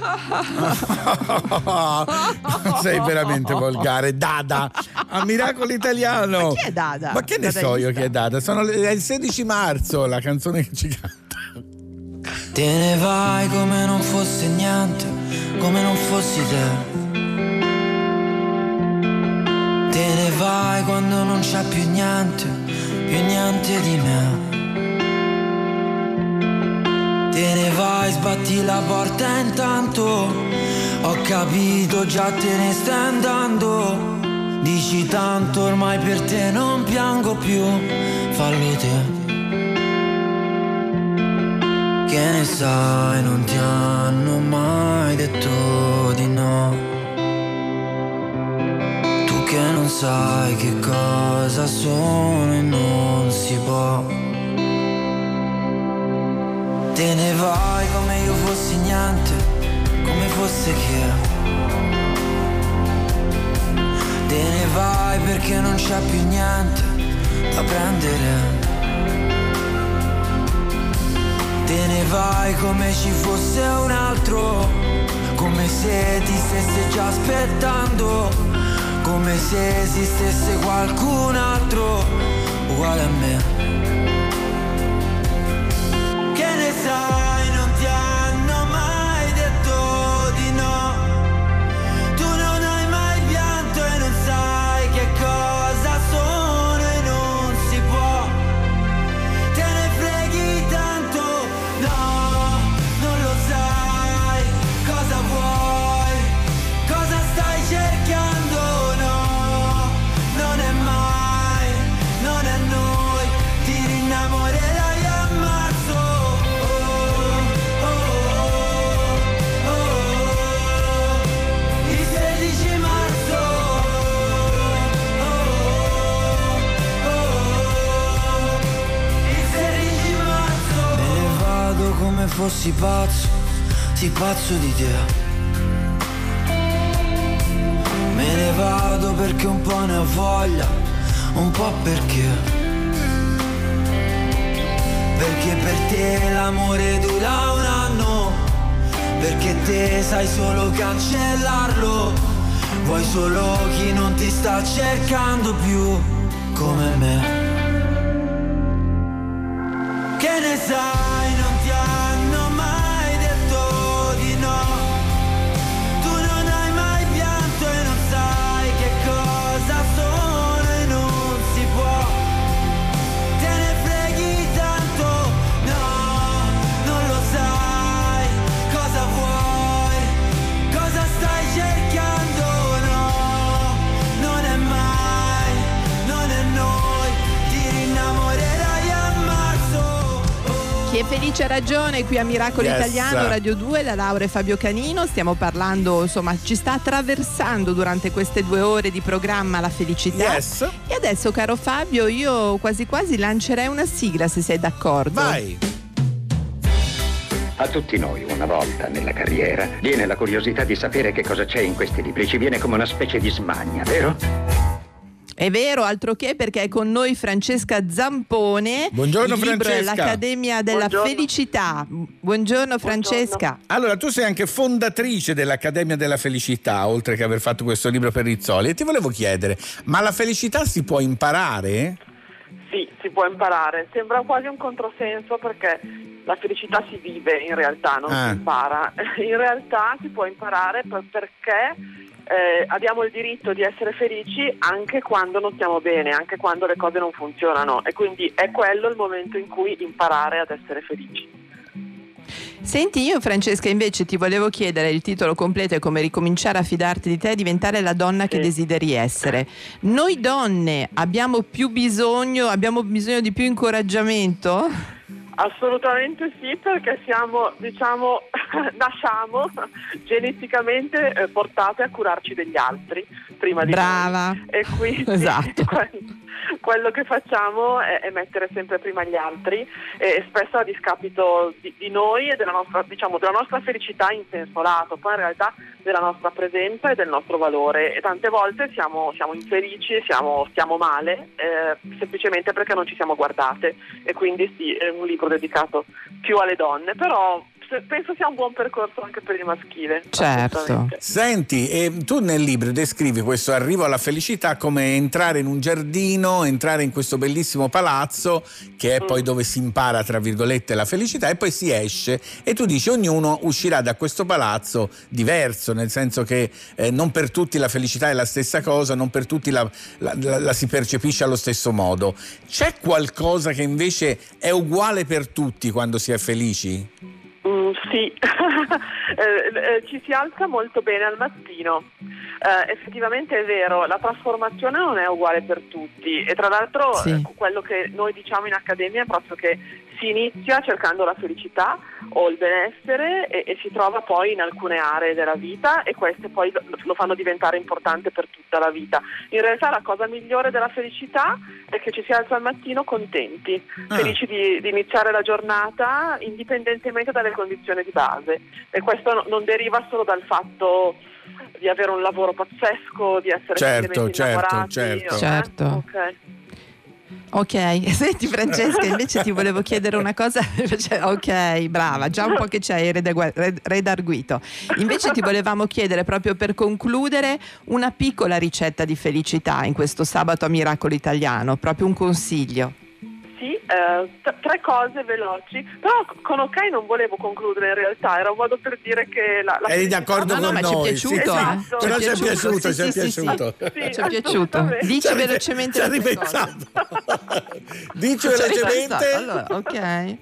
Sei veramente volgare. Dada, a Miracolo Italiano. Ma chi è Dada? Ma che ne so io chi è Dada? È il 16 marzo la canzone che ci canta. Te ne vai come non fosse niente, come non fossi te. Te ne vai quando non c'è più niente di me. Te ne vai, sbatti la porta intanto. Ho capito, già te ne stai andando. Dici tanto, ormai per te non piango più. Fallo te. Che ne sai, non ti hanno mai detto di no. Che non sai che cosa sono e non si può. Te ne vai come io fossi niente, come fosse che. Te ne vai perché non c'è più niente da prendere. Te ne vai come ci fosse un altro, come se ti stesse già aspettando. Come se esistesse qualcun altro uguale a me. Che ne sai, non ti hanno mai detto di no. Tu non hai mai pianto e non sai che cosa sono e non si può. Te ne freghi tanto, no, non lo sai cosa vuoi, cosa stai cercando. Come fossi pazzo, sì pazzo di te. Me ne vado perché un po' ne ho voglia, un po' perché. Perché per te l'amore dura un anno, perché te sai solo cancellarlo. Vuoi solo chi non ti sta cercando più come me. Che ne sai, non ti hanno mai detto di no. Tu non hai mai pianto e non sai che cosa sono e non si può. Te ne freghi tanto, no, non lo sai cosa vuoi, cosa stai cercando, no, non è mai, non è noi, ti rinnamorerai a marzo. Chi è felice ha ragione, qui a Miracolo Italiano, Radio 2, da Laura e Fabio Canino. Stiamo parlando, insomma, ci sta attraversando durante queste 2 ore di programma la felicità. E adesso, caro Fabio, io quasi quasi lancerei una sigla, se sei d'accordo. Vai! A tutti noi, una volta nella carriera, viene la curiosità di sapere che cosa c'è in questi libri. Ci viene come una specie di smania, vero? È vero, altro che, perché è con noi Francesca Zampone. Buongiorno, il libro Francesca. è l'Accademia della Felicità. Buongiorno Francesca. Allora, tu sei anche fondatrice dell'Accademia della Felicità, oltre che aver fatto questo libro per Rizzoli, e ti volevo chiedere, ma la felicità si può imparare? Sì, si può imparare. Sembra quasi un controsenso, perché la felicità si vive in realtà, non si impara. In realtà si può imparare perché abbiamo il diritto di essere felici anche quando non stiamo bene, anche quando le cose non funzionano, e quindi è quello il momento in cui imparare ad essere felici. Senti, io Francesca invece ti volevo chiedere, il titolo completo è Come ricominciare a fidarti di te e diventare la donna che desideri essere. Noi donne abbiamo bisogno di più incoraggiamento? Assolutamente sì, perché siamo, nasciamo geneticamente portate a curarci degli altri prima di noi. E quindi esatto. quello che facciamo è mettere sempre prima gli altri, e spesso a discapito di noi e della nostra felicità in senso lato, poi in realtà della nostra presenza e del nostro valore, e tante volte siamo infelici, stiamo male semplicemente perché non ci siamo guardate, e quindi sì, è un libro dedicato più alle donne, però penso sia un buon percorso anche per il maschile. Certo. Senti, tu nel libro descrivi questo arrivo alla felicità come entrare in un giardino, entrare in questo bellissimo palazzo che è poi dove si impara tra virgolette la felicità, e poi si esce, e tu dici ognuno uscirà da questo palazzo diverso, nel senso che non per tutti la felicità è la stessa cosa, non per tutti la si percepisce allo stesso modo. C'è qualcosa che invece è uguale per tutti quando si è felici? Sì, ci si alza molto bene al mattino. Effettivamente è vero, la trasformazione non è uguale per tutti, e tra l'altro quello che noi diciamo in accademia è proprio che si inizia cercando la felicità o il benessere e si trova poi in alcune aree della vita, e queste poi lo fanno diventare importante per tutta la vita. In realtà la cosa migliore della felicità è che ci si alza al mattino contenti, felici di iniziare la giornata indipendentemente dalle condizioni di base, e questo non deriva solo dal fatto di avere un lavoro pazzesco, di essere innamorati. Certo. Ok, senti Francesca, invece ti volevo chiedere una cosa. Ok, brava, già un po' che ci hai redarguito. Invece ti volevamo chiedere, proprio per concludere, una piccola ricetta di felicità in questo sabato a Miracolo Italiano, proprio un consiglio. Sì, 3 cose veloci, però con ok non volevo concludere, in realtà era un modo per dire che la eri d'accordo con noi? Ci è piaciuto, esatto. Però ci è piaciuto, ci è piaciuto. Ci è piaciuto. Dici velocemente. Ci ha ripensato. Dici velocemente. Allora, ok.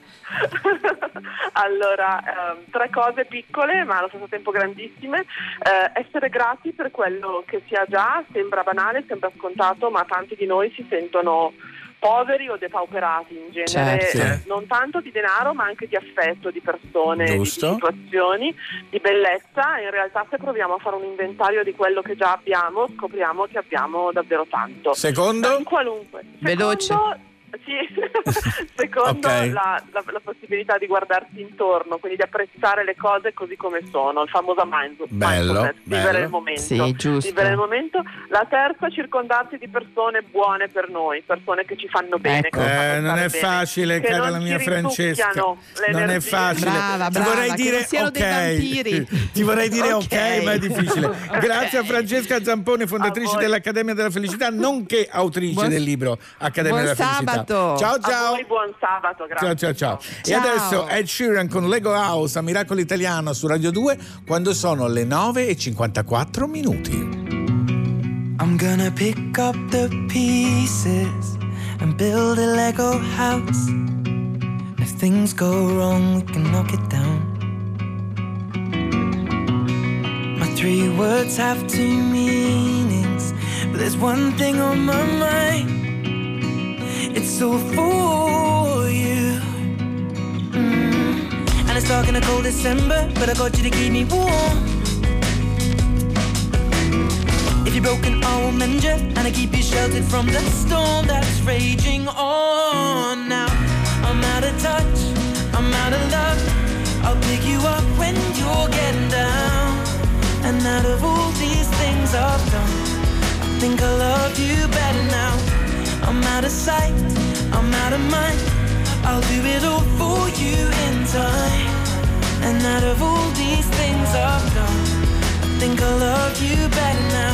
Allora, 3 cose piccole ma allo stesso tempo grandissime. Essere grati per quello che si ha già, sembra banale, sembra scontato, ma tanti di noi si sentono poveri o depauperati in genere, non tanto di denaro ma anche di affetto, di persone, di situazioni, di bellezza. In realtà se proviamo a fare un inventario di quello che già abbiamo, scopriamo che abbiamo davvero tanto. Secondo? In qualunque. Veloce. Secondo la possibilità di guardarsi intorno, quindi di apprezzare le cose così come sono, il famoso mindfulness, vivere il momento. Sì, giusto. Vivere il momento. La terza, circondarsi di persone buone per noi, persone che ci fanno bene. Ecco. Non è facile, cara la mia Francesca. Non è facile. Brava, ti vorrei dire ti vorrei dire ok, ma è difficile. Grazie a Francesca Zamponi, fondatrice dell'Accademia della Felicità, nonché autrice del libro Accademia della Felicità. Ciao. Ciao. A voi buon sabato, grazie. Ciao. E adesso Ed Sheeran con Lego House a Miracolo Italiano su Radio 2 quando sono le 9:54 minuti. I'm gonna pick up the pieces and build a Lego house. If things go wrong, we can knock it down. My 3 words have 2 meanings, but there's one thing on my mind. It's all for you. And it's dark in a cold December, but I got you to keep me warm. If you're broken, I will mend you, and I keep you sheltered from the storm that's raging on. Now I'm out of touch, I'm out of love. I'll pick you up when you're getting down. And out of all these things I've done, I think I love you better now. I'm out of sight, I'm out of mind. I'll do it all for you in time. And out of all these things I've done, I think I love you better now.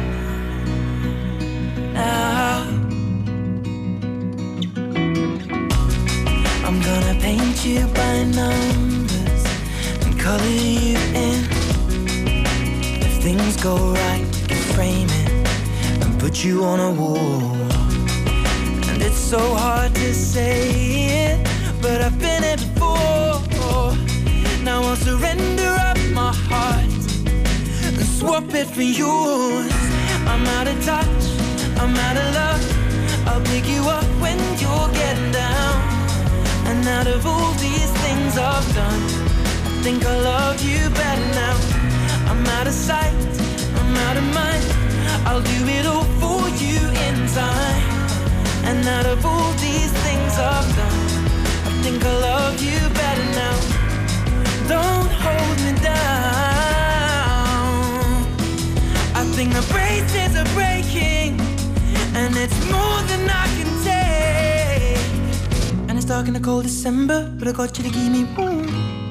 I'm gonna paint you by numbers and color you in. If things go right, we can frame it and put you on a wall. It's so hard to say it, but I've been it before. I'll surrender up my heart and swap it for yours. I'm out of touch, I'm out of love. I'll pick you up when you're getting down. And out of all these things I've done, I think I love you better now. I'm out of sight, I'm out of mind. I'll do it all for you in time. And out of all these things I've done, I think I love you better now. Don't hold me down. I think the braces are breaking, and it's more than I can take. And it's dark in the cold December, but I got you to keep me warm.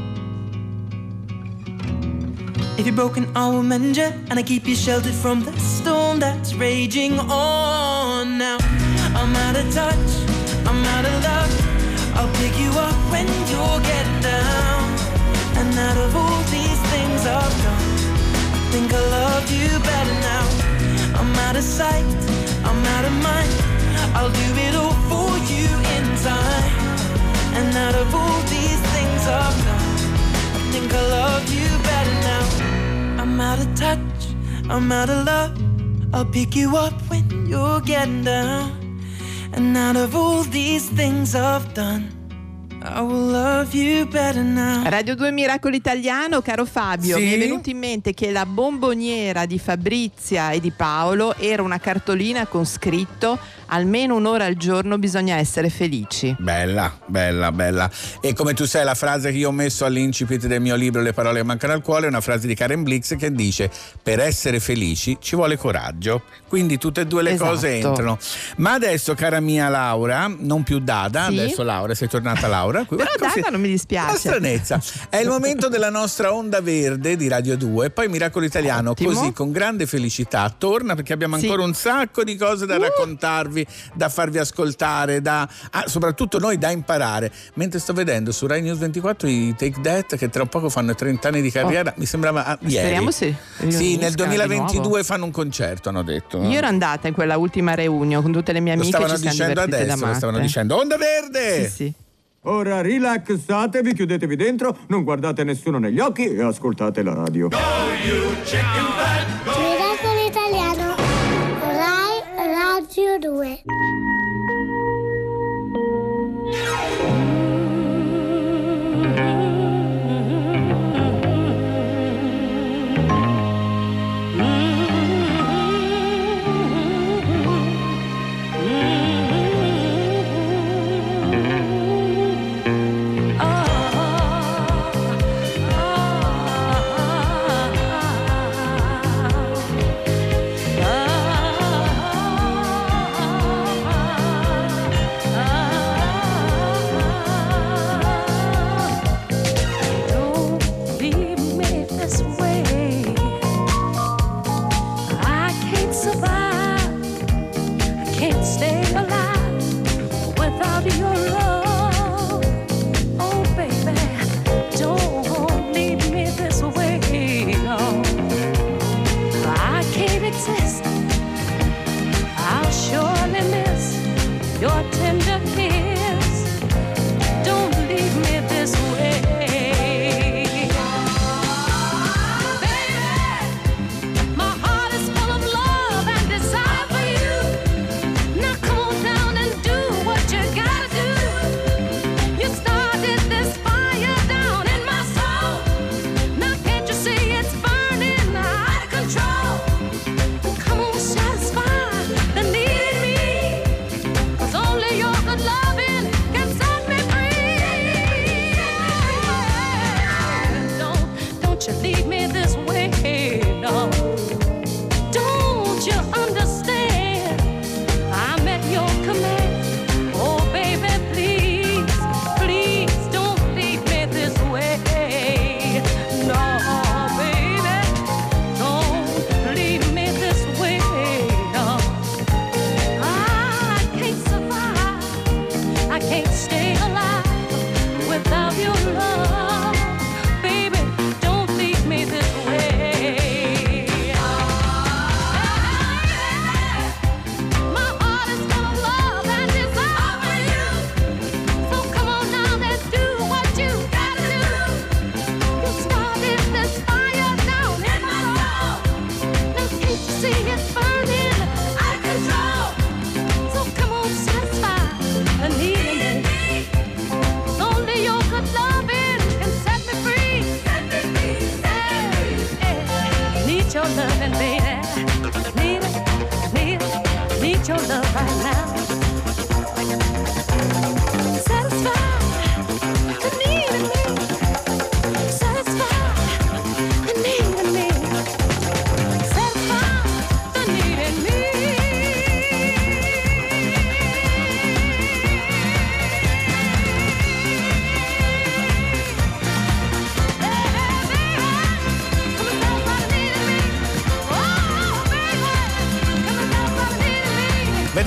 If you're broken, I will mend you, and I keep you sheltered from the storm that's raging on. Now I'm out of touch, I'm out of love. I'll pick you up when you're getting down. And out of all these things I've done, I think I love you better now. I'm out of sight, I'm out of mind. I'll do it all for you in time. And out of all these things I've done, I think I love you better now. I'm out of touch, I'm out of love. I'll pick you up when you're getting down. And out of all these things I've done, I will love you better now. Radio 2 Miracolo Italiano, caro Fabio, sì? Mi è venuto in mente che la bomboniera di Fabrizia e di Paolo era una cartolina con scritto: almeno un'ora al giorno bisogna essere felici. Bella, bella, bella. E come tu sai, la frase che io ho messo all'incipit del mio libro Le parole che mancano al cuore è una frase di Karen Blix che dice: per essere felici ci vuole coraggio. Quindi tutte e due le cose entrano. Ma adesso, cara mia Laura, non più Dada, sì? Adesso Laura, sei tornata Laura. Però Dada non mi dispiace. La stranezza. È il momento della nostra onda verde di Radio 2 e poi Miracolo Italiano. Ottimo. Così con grande felicità torna, perché abbiamo ancora un sacco di cose da raccontarvi, da farvi ascoltare, soprattutto noi da imparare. Mentre sto vedendo su Rai News 24 i Take That, che tra un poco fanno 30 anni di carriera, mi sembrava ieri. Speriamo sì. Nel 2022 fanno un concerto, hanno detto. Io ero andata in quella ultima reunion con tutte le mie amiche. Lo stavano dicendo adesso, lo stavano dicendo. Onda verde! Sì, sì. Ora rilassatevi, chiudetevi dentro, non guardate nessuno negli occhi e ascoltate la radio. Miracolo Italiano, Rai Radio 2.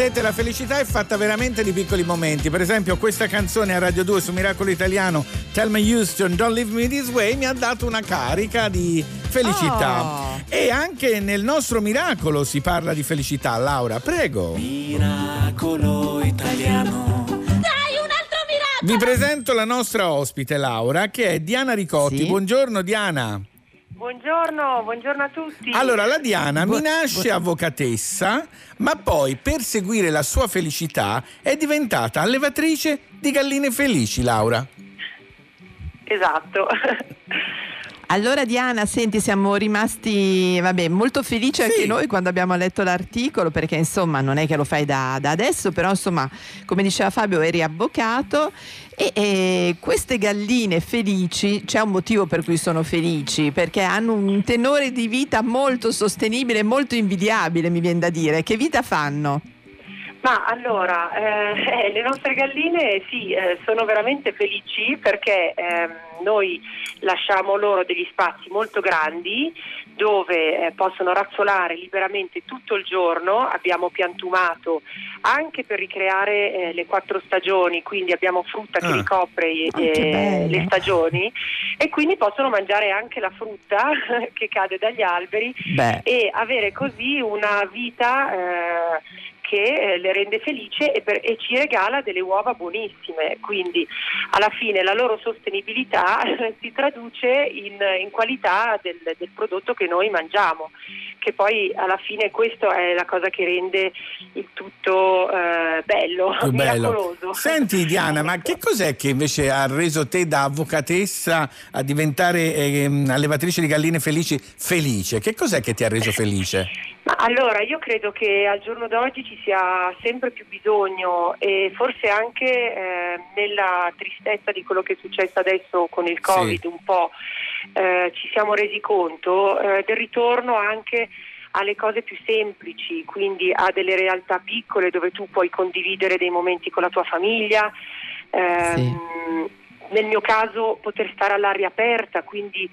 vedete, la felicità è fatta veramente di piccoli momenti. Per esempio questa canzone a Radio 2 su Miracolo Italiano, Tell Me Houston, Don't Leave Me This Way, mi ha dato una carica di felicità. E anche nel nostro Miracolo si parla di felicità. Laura, prego. Miracolo Italiano. Vi presento la nostra ospite Laura, che è Diana Ricotti. Sì. Buongiorno Diana. Buongiorno a tutti. Allora, la Diana mi nasce avvocatessa, ma poi per seguire la sua felicità è diventata allevatrice di galline felici, Laura. Esatto. Allora Diana, senti, siamo rimasti molto felici anche noi quando abbiamo letto l'articolo, perché insomma non è che lo fai da adesso, però insomma, come diceva Fabio, eri avvocato e queste galline felici, c'è un motivo per cui sono felici, perché hanno un tenore di vita molto sostenibile, molto invidiabile, mi viene da dire. Che vita fanno? Ma allora, le nostre galline sono veramente felici perché noi lasciamo loro degli spazi molto grandi dove possono razzolare liberamente tutto il giorno. Abbiamo piantumato anche per ricreare le 4 stagioni, quindi abbiamo frutta che ricopre le stagioni, e quindi possono mangiare anche la frutta che cade dagli alberi e avere così una vita che le rende felice e ci regala delle uova buonissime. Quindi alla fine la loro sostenibilità si traduce in qualità del prodotto che noi mangiamo, che poi alla fine questo è la cosa che rende il tutto bello, miracoloso. Senti Diana, ma che cos'è che invece ha reso te da avvocatessa a diventare allevatrice di galline felice? Che cos'è che ti ha reso felice? Ma allora, io credo che al giorno d'oggi ci sia sempre più bisogno, e forse anche nella tristezza di quello che è successo adesso con il Covid, un po' ci siamo resi conto del ritorno anche alle cose più semplici, quindi a delle realtà piccole dove tu puoi condividere dei momenti con la tua famiglia. Nel mio caso poter stare all'aria aperta, quindi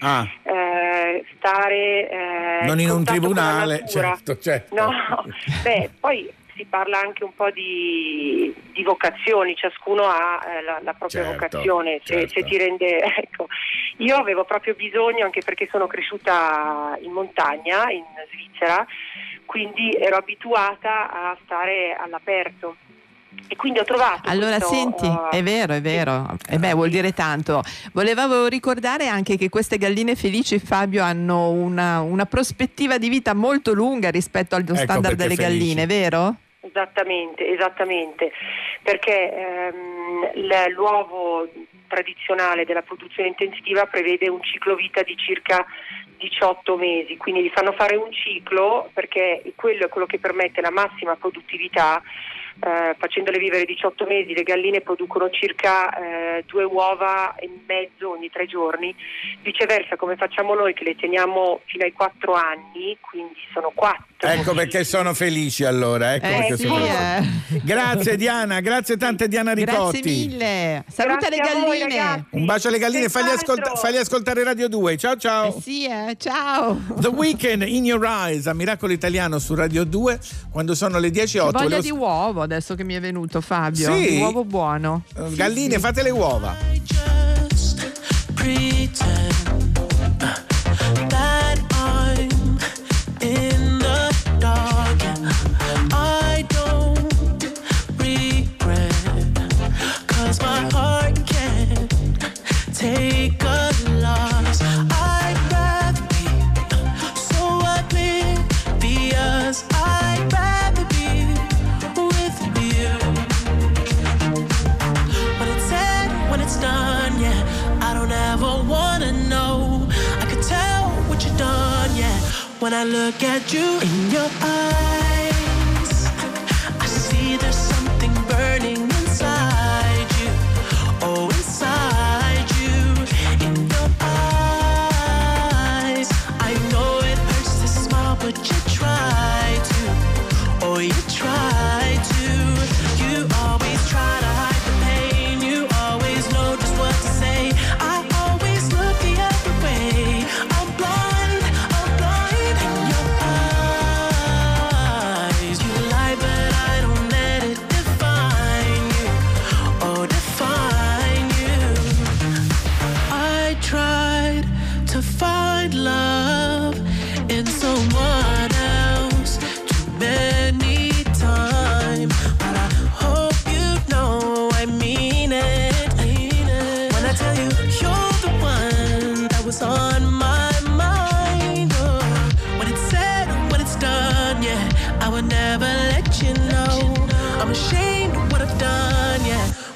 stare non in un tribunale, certo. No, poi si parla anche un po' di vocazioni, ciascuno ha la propria vocazione, se ti rende, ecco. Io avevo proprio bisogno, anche perché sono cresciuta in montagna in Svizzera, quindi ero abituata a stare all'aperto. E quindi ho trovato senti, è vero. Vuol dire tanto. Volevo ricordare anche che queste galline felici, Fabio, hanno una prospettiva di vita molto lunga rispetto allo standard delle galline, vero? Esattamente, perché l'uovo tradizionale della produzione intensiva prevede un ciclo vita di circa 18 mesi, quindi gli fanno fare un ciclo perché quello è quello che permette la massima produttività. Facendole vivere 18 mesi, le galline producono circa 2 uova e mezzo ogni 3 giorni. Viceversa, come facciamo noi che le teniamo fino ai 4 anni, quindi sono 4. Ecco perché sono felici allora. Grazie Diana, grazie tante Diana Ricotti. Grazie mille. Saluta le galline. Un bacio alle galline, fagli ascoltare Radio 2. Ciao. Ciao. The Weekend in Your Eyes a Miracolo Italiano su Radio 2 quando sono le 10:08. Voglia di uovo adesso che mi è venuto, Fabio. Sì? Uovo buono. Galline, fate le uova. I don't regret, 'cause my heart can't take a loss. I'd rather be so oblivious. I'd rather be with you. When it's said, when it's done, yeah, I don't ever wanna know. I could tell what you've done, yeah, when I look at you in your eyes. I see there's something burning inside you. Oh, inside you. In your eyes. I know it hurts to smile, but you try to. Oh, you try to. You always try to hide the pain. You always know just what to say. I always look the other way. I'm blind in your eyes.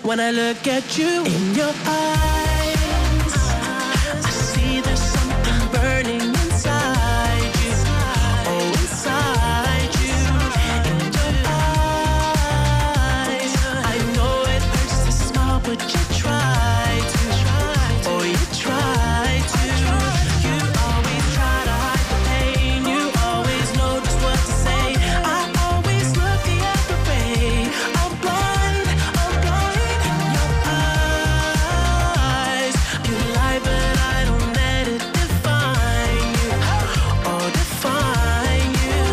When I look at you in your eyes, I see there's something burning inside you. Oh, inside you. In your eyes, I know it hurts to smile, but you try to. Oh, you try to. You always try to hide the pain. You always know just what to say. I always look the other way. I'm blind in your eyes. You lie, but I don't let it define you. Oh, define you.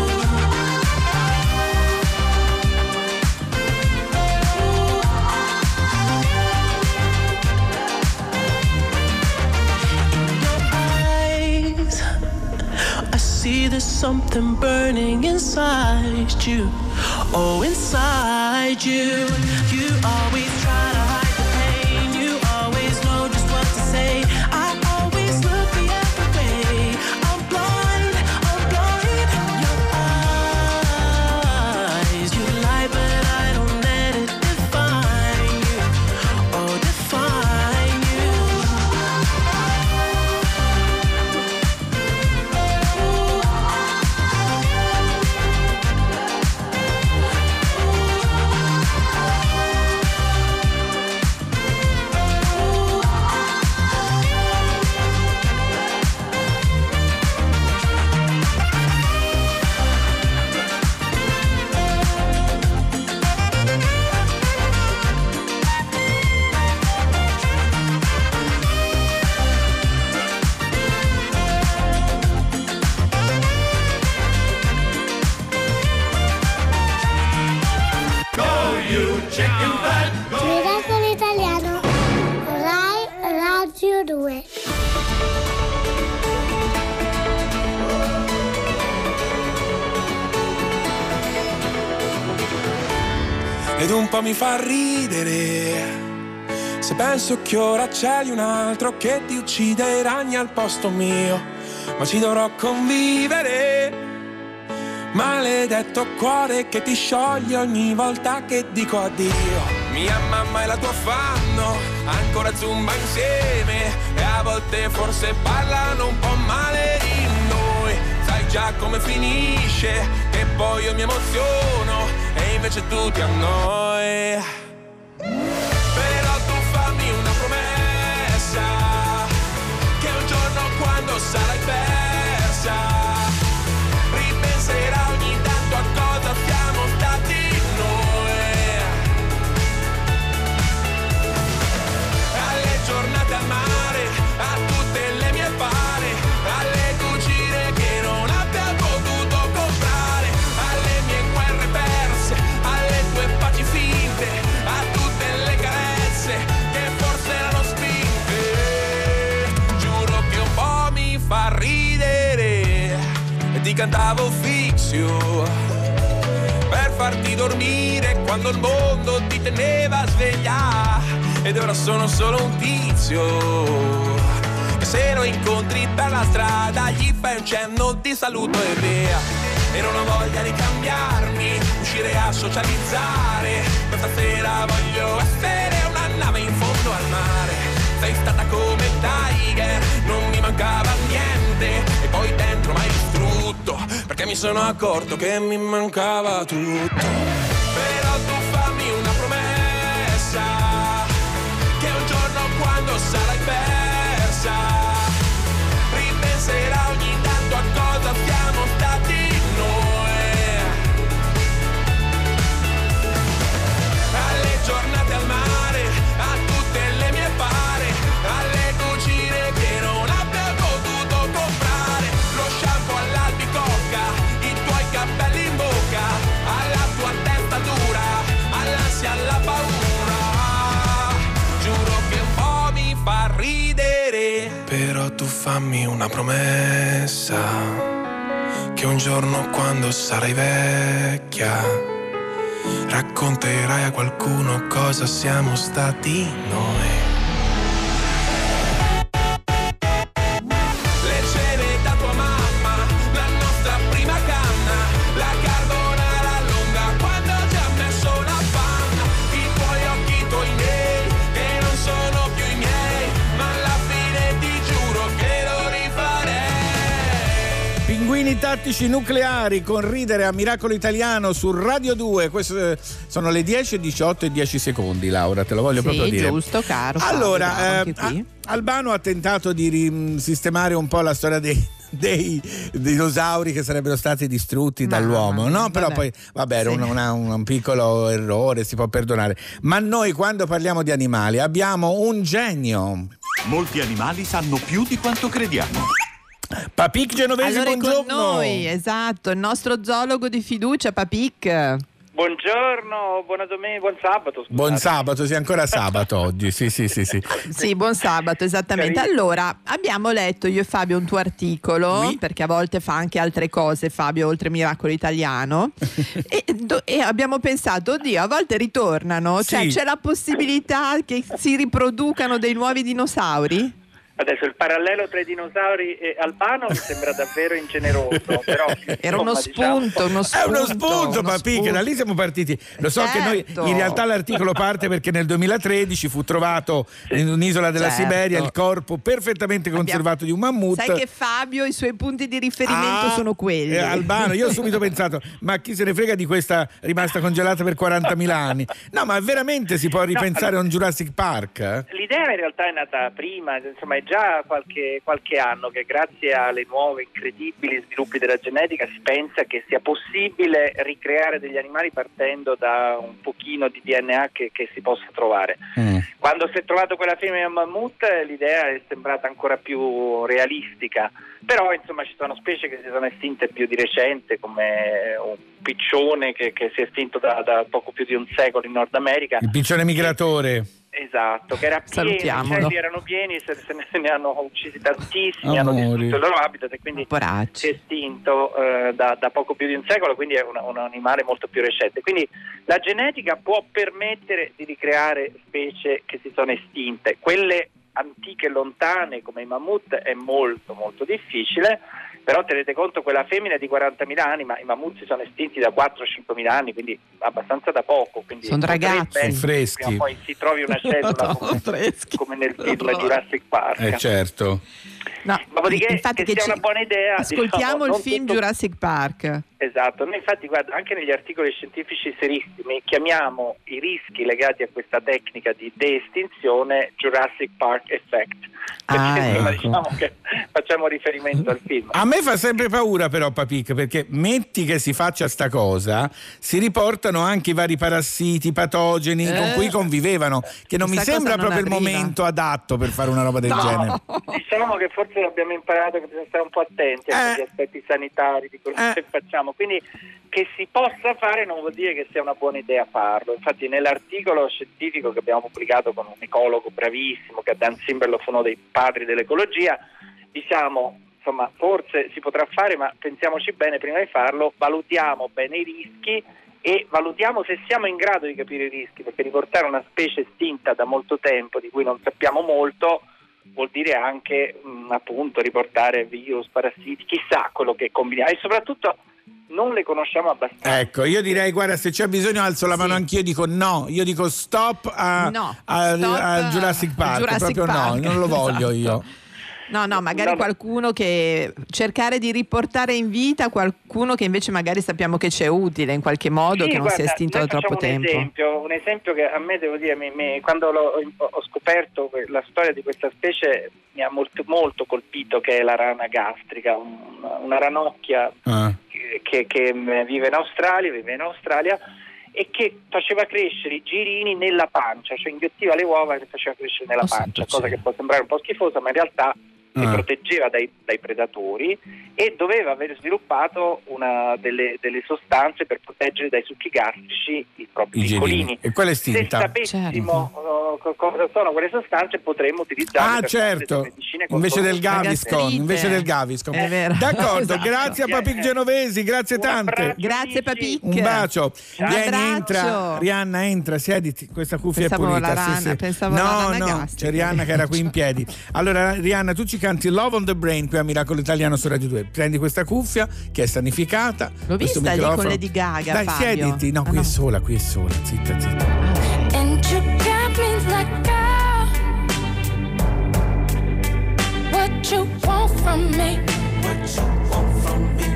In your eyes, I see there's something burning inside you. Oh, inside you. You always try to hide the pain. You always know just what to say. I always look the other way. I'm blind in your eyes. You lie, but I don't let it define you. Oh, define you. Miracolo Italiano, Rai Radio 2. Ed un po' mi fa ridere se penso che ora c'è di un altro che ti uccide i ragni al posto mio, ma ci dovrò convivere. Maledetto cuore che ti scioglie ogni volta che dico addio. Mia mamma e la tua fanno ancora zumba insieme e a volte forse parlano un po' male di noi. Sai già come finisce, che poi io mi emoziono e invece tu ti annoi. Però tu fammi una promessa, che un giorno quando sarai persa ripenserà ogni tanto a cosa siamo stati noi, alle giornate al mare, a tutte le mie pare, alle cucine che non abbia potuto comprare, alle mie guerre perse, alle tue paci finte, a tutte le carezze che forse erano spinte. Giuro che un po' mi fa ridere e ti cantavo Fixio per farti dormire quando il mondo ti teneva sveglia. Ed ora sono solo un tizio che se lo incontri per la strada gli fai un cenno di saluto e via. E non ho voglia di cambiarmi, uscire a socializzare. Questa sera voglio essere una nave in fondo al mare. Sei stata come Tiger, non mi mancava niente e poi dentro m'hai distrutto perché mi sono accorto che mi mancava tutto. Però tu fammi una promessa, che un giorno quando sarai persa ripenserà ogni tanto a cosa siamo stati noi, alle giornate al mare, a tutte le mie pare, alle cucine che non abbia potuto comprare, lo shampoo all'albicocca, i tuoi capelli in bocca, alla tua testa dura, all'ansia, alla paura. Giuro che un po' mi fa ridere. Però tu fammi una promessa, che un giorno quando sarai vecchia racconterai a qualcuno cosa siamo stati noi. Le cene da tua mamma, la nostra prima canna, la carbonara lunga quando ti ha messo una panna, i tuoi occhi, i tuoi neri. Pinguini tattici nucleari con Ridere a Miracolo Italiano su Radio 2. Queste sono le 10:18 e 10 secondi, Laura, te lo voglio proprio dire. Sì, giusto, caro. Allora, Albano ha tentato di sistemare un po' la storia dei dinosauri che sarebbero stati distrutti dall'uomo, no? Però poi vabbè, era un piccolo errore, si può perdonare. Ma noi quando parliamo di animali abbiamo un genio. Molti animali sanno più di quanto crediamo. Papic Genovesi, allora buongiorno. Con noi, esatto, il nostro zoologo di fiducia, Papic. Buongiorno, buon sabato. Scusate. Buon sabato, sì, ancora sabato oggi. Sì. Sì, buon sabato, esattamente. Allora, abbiamo letto io e Fabio un tuo articolo, perché a volte fa anche altre cose, Fabio, oltre Miracolo Italiano, e abbiamo pensato, oddio, a volte ritornano, cioè c'è la possibilità che si riproducano dei nuovi dinosauri? Adesso il parallelo tra i dinosauri e Albano mi sembra davvero ingeneroso, però era uno spunto. È uno spunto, Papic, da lì siamo partiti. Lo so che noi in realtà l'articolo parte perché nel 2013 fu trovato in un'isola della Siberia il corpo perfettamente conservato di un mammut. Sai che Fabio i suoi punti di riferimento sono quelli. Albano, io ho subito pensato, ma chi se ne frega di questa rimasta congelata per 40.000 anni? No, ma veramente si può ripensare a un Jurassic Park? L'idea in realtà è nata prima, insomma, già qualche anno che grazie alle nuove incredibili sviluppi della genetica si pensa che sia possibile ricreare degli animali partendo da un pochino di DNA che si possa trovare. Quando si è trovato quella femmina mammut l'idea è sembrata ancora più realistica, però insomma ci sono specie che si sono estinte più di recente, come un piccione che si è estinto da poco più di un secolo in Nord America. Il piccione migratore. Esatto, che era pieno, i uccelli erano pieni, se ne hanno uccisi tantissimi, hanno distrutto il loro habitat e quindi si è estinto da poco più di un secolo, quindi è un animale molto più recente. Quindi la genetica può permettere di ricreare specie che si sono estinte. Quelle antiche e lontane come i mammut è molto molto difficile, però tenete conto quella femmina è di 40.000 anni, ma i mammut si sono estinti da 4-5.000 anni, quindi abbastanza da poco. Quindi sono ragazzi freschi. Prima o poi si trovi una cellula come nel film Jurassic Park. Certo. No, dopodiché infatti che sia una buona idea. Ascoltiamo il film Jurassic Park. Esatto, noi infatti guarda, anche negli articoli scientifici serissimi chiamiamo i rischi legati a questa tecnica di de-estinzione Jurassic Park Effect. Perché diciamo che facciamo riferimento al film. A me fa sempre paura però, Papic, perché metti che si faccia sta cosa, si riportano anche i vari parassiti, patogeni con cui convivevano, che non mi sembra proprio il momento adatto per fare una roba del genere. Diciamo che forse abbiamo imparato che bisogna stare un po' attenti agli aspetti sanitari di quello che facciamo, quindi che si possa fare non vuol dire che sia una buona idea farlo. Infatti nell'articolo scientifico che abbiamo pubblicato con un ecologo bravissimo, che è Dan Simberloff, uno dei padri dell'ecologia, diciamo insomma forse si potrà fare, ma pensiamoci bene prima di farlo, valutiamo bene i rischi e valutiamo se siamo in grado di capire i rischi, perché riportare una specie estinta da molto tempo di cui non sappiamo molto vuol dire anche appunto riportare virus, parassiti, chissà quello che combiniamo, e soprattutto non le conosciamo abbastanza. Ecco, io direi, guarda, se c'è bisogno alzo la mano anch'io, dico no, io dico stop a Jurassic Park, proprio Park. No, non lo voglio io. No, magari qualcuno che cercare di riportare in vita qualcuno che invece magari sappiamo che c'è utile in qualche modo, che non si è estinto da troppo tempo. Un esempio che a me, devo dire, quando ho scoperto la storia di questa specie mi ha molto, molto colpito, che è la rana gastrica, una ranocchia che vive in Australia e che faceva crescere i girini nella pancia, cioè inghiottiva le uova e le faceva crescere nella pancia, cosa che può sembrare un po' schifosa, ma in realtà si proteggeva dai predatori e doveva aver sviluppato una delle sostanze per proteggere dai succhi gastrici i propri piccolini. E quella è estinta. Se sapessimo cosa sono quelle sostanze potremmo utilizzarle per medicine invece del Gaviscon. È vero. D'accordo, grazie a Papic Genovesi, grazie tante. Grazie Papic. Un bacio. Vieni, Rihanna, entra, siediti, questa cuffia è pulita. Pensavo alla rana c'è Rihanna che era qui in piedi. Allora Rihanna, tu ci canti Love on the Brain qui a Miracolo Italiano su Radio 2. Prendi questa cuffia che è sanificata. L'ho vista lì con Lady Gaga. Dai, Fabio. Siediti. No, qui è sola, zitta. And you got me like, girl, what you want from me? What you want from me?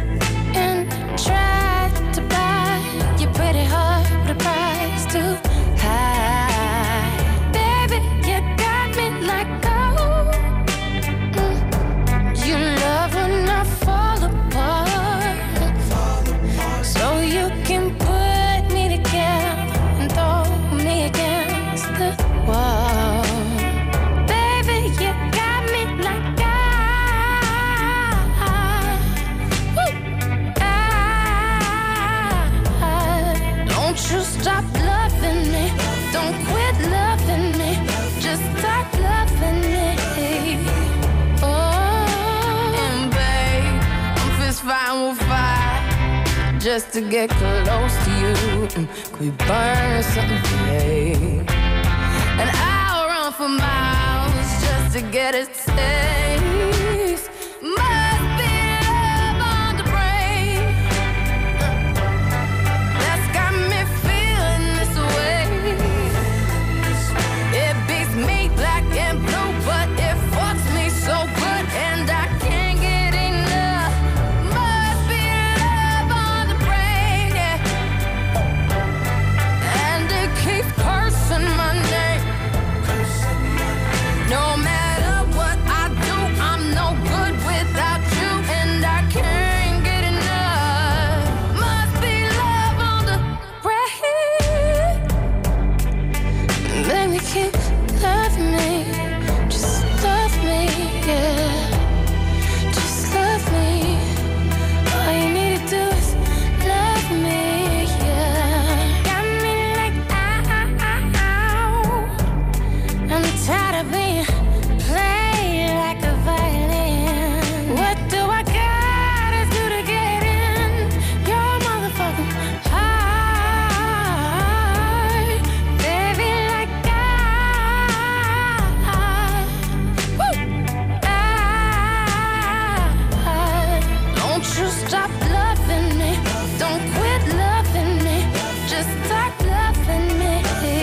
just to get close to you. Could we burn something, babe? And I'll run for miles just to get a taste. Must be love on the brain that's got me feeling this way. It beats me black and blue, but it fucks me so good, and I can't get enough. Must be love on the brain, yeah. And it keeps cursing my name. No matter what I do, I'm no good without you, and I can't get enough. Must be love on the brain. Baby, keep loving me, just love me, yeah. Just love me. All you need to do is love me, yeah. Got me like ow. I'm tired of being played like a violin. What do I gotta do to get in your motherfucking heart? Baby, like don't you stop loving me, don't quit loving me, just start loving me.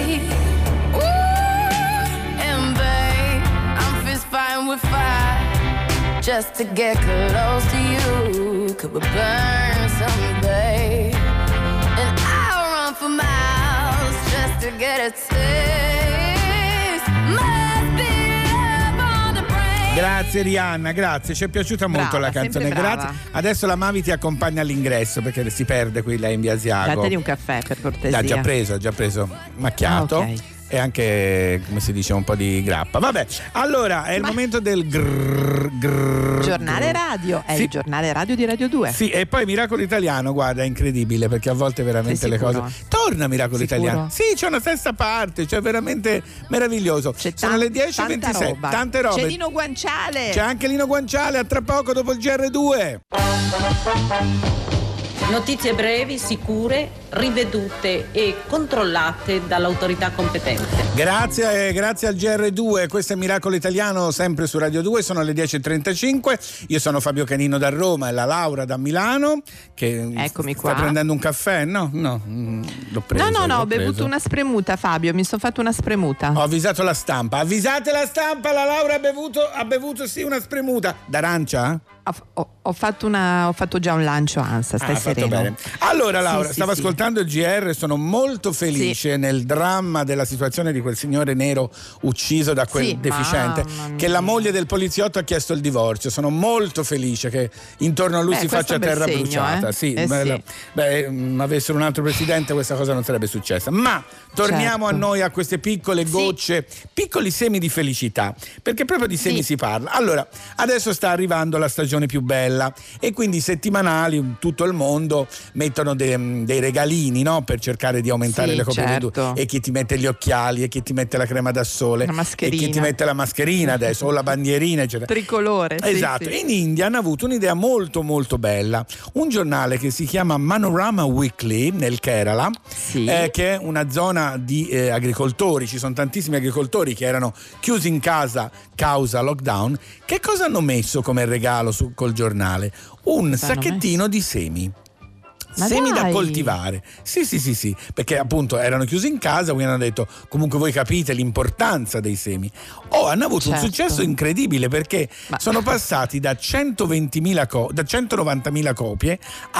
Ooh, and babe, I'm fist fighting with fire just to get close to you. Could we burn something, babe? And I'll run for miles just to get a taste. Must be love on the brain. Grazie Rihanna, grazie, ci è piaciuta molto Brava, la canzone, sempre brava. grazie. Adesso la Mavi ti accompagna all'ingresso perché si perde qui là in via Asiago. Dateli un caffè per cortesia. Ha già preso macchiato. Ah, ok. E anche, come si dice, un po' di grappa. Vabbè, allora è il momento del Giornale radio, è il giornale radio di Radio 2. Sì, e poi Miracolo Italiano, guarda, è incredibile perché a volte veramente Sei le sicuro? cose. Torna Miracolo Sicuro? Italiano. Sì, c'è una sesta parte, cioè veramente meraviglioso. Sono le 10:26, tante robe. C'è Lino Guanciale. C'è anche Lino Guanciale, a tra poco dopo il GR2. Notizie brevi, sicure, rivedute e controllate dall'autorità competente. Grazie al GR2, questo è Miracolo Italiano sempre su Radio 2, sono le 10:35, io sono Fabio Canino da Roma e la Laura da Milano che Eccomi sta qua. prendendo un caffè, no, l'ho preso. No, l'ho ho bevuto preso. una spremuta, Fabio, mi sono fatto una spremuta. Ho avvisato la stampa, avvisate la stampa, la Laura ha bevuto sì una spremuta d'arancia? Ho fatto già un lancio ANSA, stai fatto sereno. bene. Allora Laura, Sì, stavo sì. ascoltando il GR, sono molto felice nel dramma della situazione di quel signore nero ucciso da quel Sì, deficiente, mamma mia. che la moglie del poliziotto ha chiesto il divorzio. Sono molto felice che intorno a lui si questo faccia è un bel terra segno, bruciata. sì. Avessero un altro presidente questa cosa non sarebbe successa. Ma torniamo Certo. a noi, a queste piccole gocce, piccoli semi di felicità, perché proprio di semi si parla. Allora, adesso sta arrivando la stagione più bella e quindi i settimanali in tutto il mondo mettono dei regalini, no? Per cercare di aumentare Sì, le copie certo. vendute, e chi ti mette gli occhiali e chi ti mette la crema da sole La mascherina. e chi ti mette la mascherina adesso o la bandierina eccetera. Tricolore. sì, Esatto, sì. e in India hanno avuto un'idea molto molto bella. Un giornale che si chiama Manorama Weekly nel Kerala, che è una zona di agricoltori, ci sono tantissimi agricoltori che erano chiusi in casa causa lockdown. Che cosa hanno messo come regalo col giornale? Un sacchettino di semi. Ma Semi da dai! coltivare. Sì, perché appunto erano chiusi in casa, quindi hanno detto comunque voi capite l'importanza dei semi. Hanno avuto un Certo. successo incredibile perché sono passati da 190.000 copie a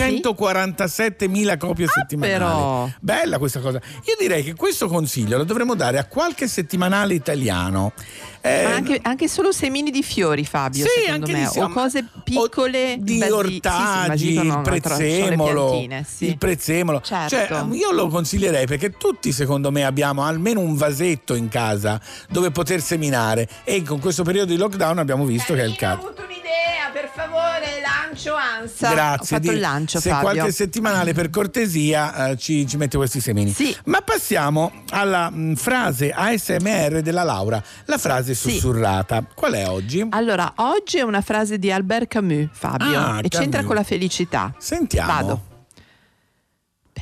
247.000 copie settimanali. però. Bella questa cosa. Io direi che questo consiglio lo dovremmo dare a qualche settimanale italiano. Ma anche solo semini di fiori, Fabio, Sì, secondo anche me, di- o cose piccole di sì, ortaggi, immagino, il no, prezzemolo, sono le piantine, sì. il prezzemolo. Certo. Cioè, io lo consiglierei perché tutti secondo me abbiamo almeno un vasetto in casa dove poter seminare e con questo periodo di lockdown abbiamo visto che è il caso. Ho avuto un'idea, per favore, lancio ANSA. Grazie, Ho fatto il lancio, se Fabio. qualche settimanale per cortesia ci mette questi semini. Ma passiamo alla frase ASMR della Laura, la frase sussurrata. Qual è oggi? Allora, oggi è una frase di Albert Camus, Fabio, Ah, e c'entra Camus. con la felicità. Sentiamo. Vado.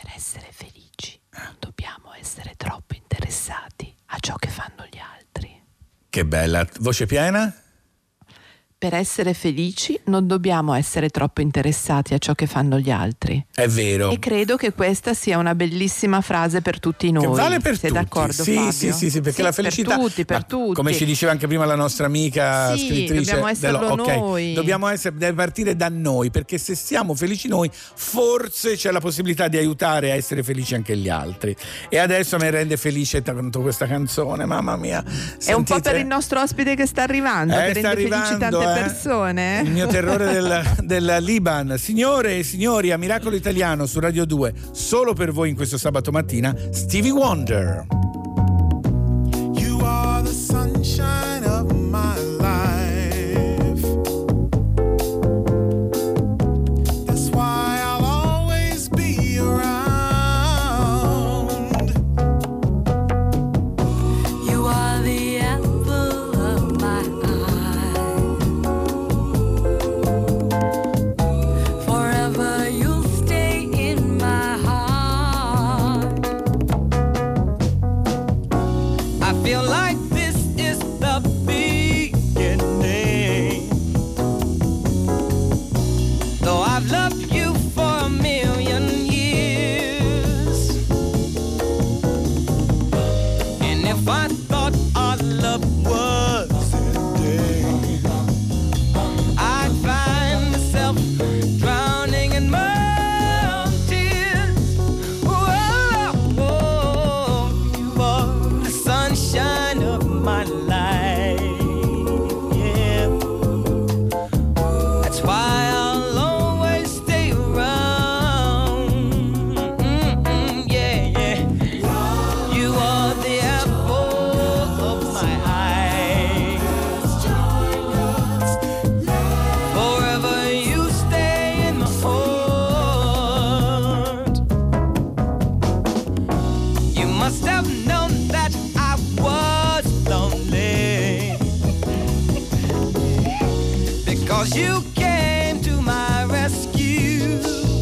Per essere felici non dobbiamo essere troppo interessati a ciò che fanno gli altri. Che bella, voce piena? Per essere felici non dobbiamo essere troppo interessati a ciò che fanno gli altri. È vero. E credo che questa sia una bellissima frase per tutti noi. Che vale per Sei tutti. d'accordo, sì, Fabio? Sì, perché la felicità per tutti. Come ci diceva anche prima la nostra amica scrittrice, dobbiamo esserlo noi. Deve partire da noi, perché se siamo felici noi, forse c'è la possibilità di aiutare a essere felici anche gli altri. E adesso mi rende felice tanto questa canzone, mamma mia. Sentite? È un po' per il nostro ospite che sta arrivando, che rende felici tante persone. Il mio terrore del Liban. Signore e signori, a Miracolo Italiano su Radio 2, solo per voi in questo sabato mattina, Stevie Wonder. You are the sunshine of my life. That's why I'll always be around. You are the apple of my eye. Forever you'll stay in my heart. I feel like this is the beginning. Though I've loved you for a million years, and if I thought our love was ending, I'd find myself drowning in my own tears. Whoa, you are the sunshine of my life. Yeah, that's why I'll always stay around. Yeah. You are the apple of my eye. Forever you stay in my heart. You must have known that I was lonely, because you came to my rescue.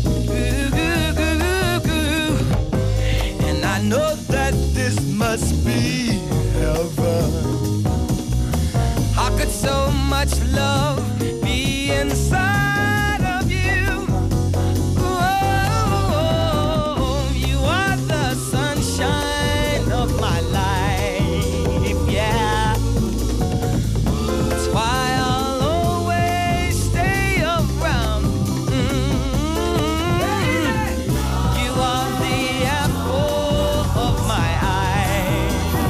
And I know that this must be heaven. How could so much love be inside of you? Oh, you are the sunshine of my life, yeah. That's why I'll always stay around. You are the apple of my eye.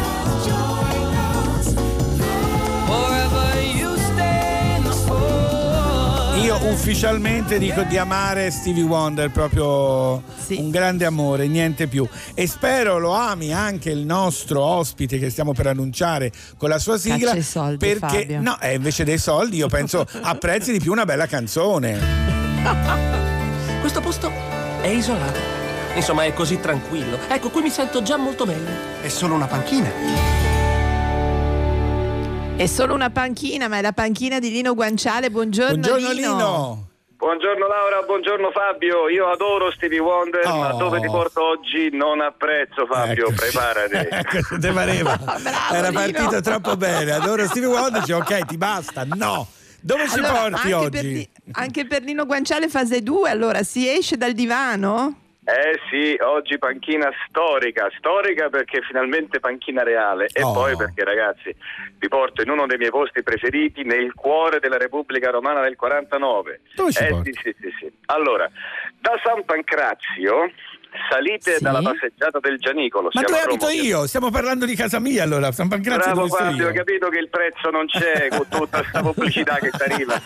Forever you stay in the heart. Io ufficialmente dico di amare Stevie Wonder, proprio un grande amore, niente più. E spero lo ami anche il nostro ospite che stiamo per annunciare con la sua sigla. Caccia i soldi, perché Fabio. no, invece dei soldi io penso apprezzi di più una bella canzone. Questo posto è isolato. Insomma, è così tranquillo. Ecco, qui mi sento già molto meglio. È solo una panchina. È solo una panchina, ma è la panchina di Lino Guanciale. Buongiorno Lino. Buongiorno Laura, buongiorno Fabio. Io adoro Stevie Wonder, ma dove ti porto oggi non apprezzo, Fabio. Ecco. Preparati. Ecco, te pareva. Era Lino. partito troppo bene. Adoro Stevie Wonder, dice, ok, ti basta. No. Dove ci porti anche oggi? Anche per Lino Guanciale fase 2, allora si esce dal divano? Sì, oggi panchina storica perché finalmente panchina reale e poi perché, ragazzi, vi porto in uno dei miei posti preferiti, nel cuore della Repubblica Romana del 49. Dove ci porti? Sì. Allora, da San Pancrazio salite dalla passeggiata del Gianicolo. Ma siamo dove a abito Roma. io? Stiamo parlando di casa mia, allora. San Pancrazio Bravo dove sto Fabio, io? ho capito che il prezzo non c'è con tutta questa pubblicità che ti arriva.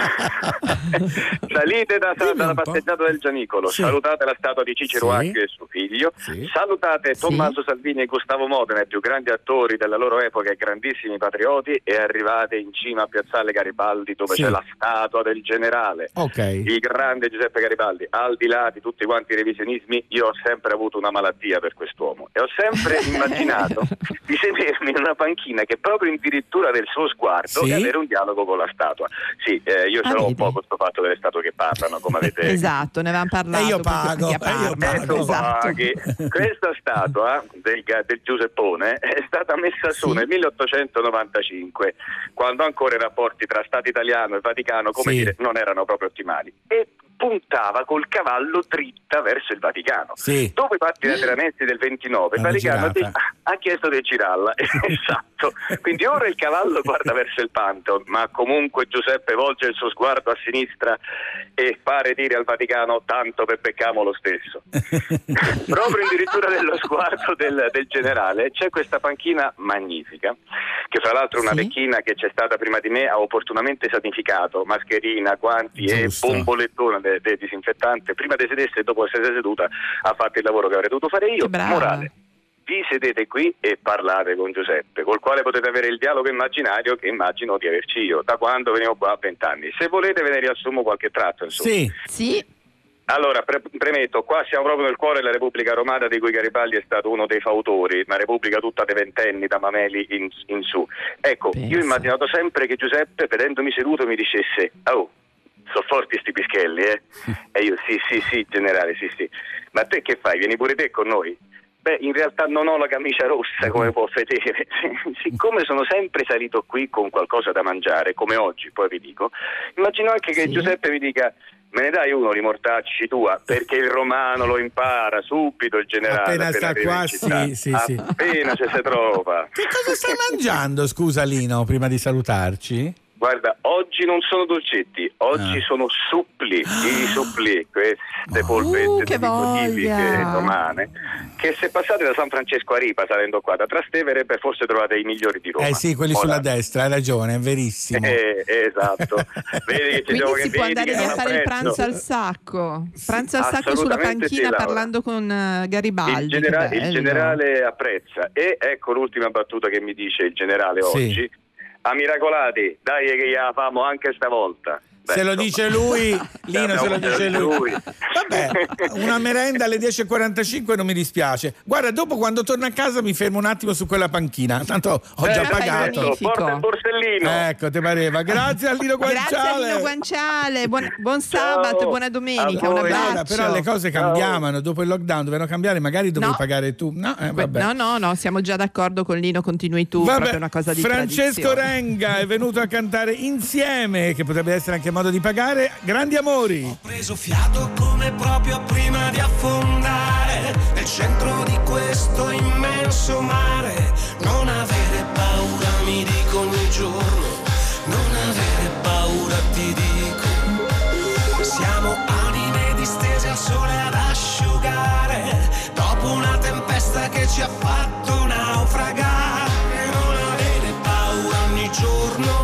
Salite dalla passeggiata del Gianicolo, Sì. salutate la statua di Cicero Sì. Acchio e suo figlio, Sì. salutate Tommaso Salvini e Gustavo Modena, i più grandi attori della loro epoca e grandissimi patrioti, e arrivate in cima a Piazzale Garibaldi dove Sì. c'è la statua del generale, Ok. il grande Giuseppe Garibaldi. Al di là di tutti quanti i revisionismi, io ho sempre avuto una malattia per quest'uomo e ho sempre immaginato di sedermi in una panchina che proprio addirittura del suo sguardo e avere un dialogo con la statua. Sì, io ce l'ho un po' questo fatto delle statue che parlano, come avete... Esatto, ne avevamo parlato. E io pago. Esatto. Questa statua del Giuseppone è stata messa su nel 1895, quando ancora i rapporti tra Stato italiano e Vaticano, come dire, non erano proprio ottimali, e puntava col cavallo dritta verso il Vaticano. Dopo i patti lateranensi del 29 il Vaticano ha chiesto di girarla. Esatto, quindi ora il cavallo guarda verso il Pantheon, ma comunque Giuseppe volge il suo sguardo a sinistra e pare dire al Vaticano: tanto per peccamo lo stesso. Proprio addirittura dello sguardo del generale c'è questa panchina magnifica, che fra l'altro una vecchina che c'è stata prima di me ha opportunamente sanificato, mascherina, guanti e bombolettone del disinfettante prima di sedersi, e dopo essere seduta ha fatto il lavoro che avrei dovuto fare io. Morale: vi sedete qui e parlate con Giuseppe, col quale potete avere il dialogo immaginario che immagino di averci io da quando venivo qua a 20 anni. Se volete ve ne riassumo qualche tratto, insomma. Sì. Allora, premetto, qua siamo proprio nel cuore della Repubblica Romana, di cui Garibaldi è stato uno dei fautori, una repubblica tutta dei ventenni, da Mameli in su. Ecco, io ho immaginato sempre che Giuseppe, vedendomi seduto, mi dicesse: oh, sono forti sti pischelli, eh? E io sì, generale, sì. Ma te che fai? Vieni pure te con noi? Beh, in realtà non ho la camicia rossa, come può vedere. Siccome sono sempre salito qui con qualcosa da mangiare, come oggi, poi vi dico, immagino anche che Giuseppe mi dica: me ne dai uno di mortacci tua? Perché il romano lo impara subito il generale. Appena sta qua, sì. Appena ci si trova. Che cosa stai mangiando, scusa Lino, prima di salutarci? Guarda, oggi non sono dolcetti, oggi sono suppli, i suppli, queste polpette tipiche romane, che se passate da San Francesco a Ripa salendo qua da Trastevere, forse trovate i migliori di Roma. Sì, quelli sulla destra, hai ragione, è verissimo. Esatto. Vedi che quindi si può andare a fare il pranzo al sacco. Pranzo al sacco sulla panchina parlando con Garibaldi. Il generale apprezza. E ecco l'ultima battuta che mi dice il generale oggi. A miracolati, dai che la famo anche stavolta. Se lo dice lui, Lino, se lo dice lui. Vabbè, una merenda alle 10:45 non mi dispiace. Guarda, dopo quando torno a casa mi fermo un attimo su quella panchina, tanto ho già pagato. Porta il borsellino. Ecco, te pareva. Grazie a Lino Guanciale. Grazie a Lino Guanciale. Buon sabato e buona domenica. Un abbraccio. Però le cose cambiavano dopo il lockdown, dovevano cambiare, magari dovevi pagare tu. Vabbè. No, siamo già d'accordo con Lino, continui tu. Proprio una cosa di Francesco Renga è venuto a cantare insieme, che potrebbe essere anche modo di pagare. Grandi amori. Ho preso fiato come proprio prima di affondare nel centro di questo immenso mare. Non avere paura, mi dico ogni giorno. Non avere paura, ti dico. Siamo anime distese al sole ad asciugare dopo una tempesta che ci ha fatto naufragare. Non avere paura ogni giorno.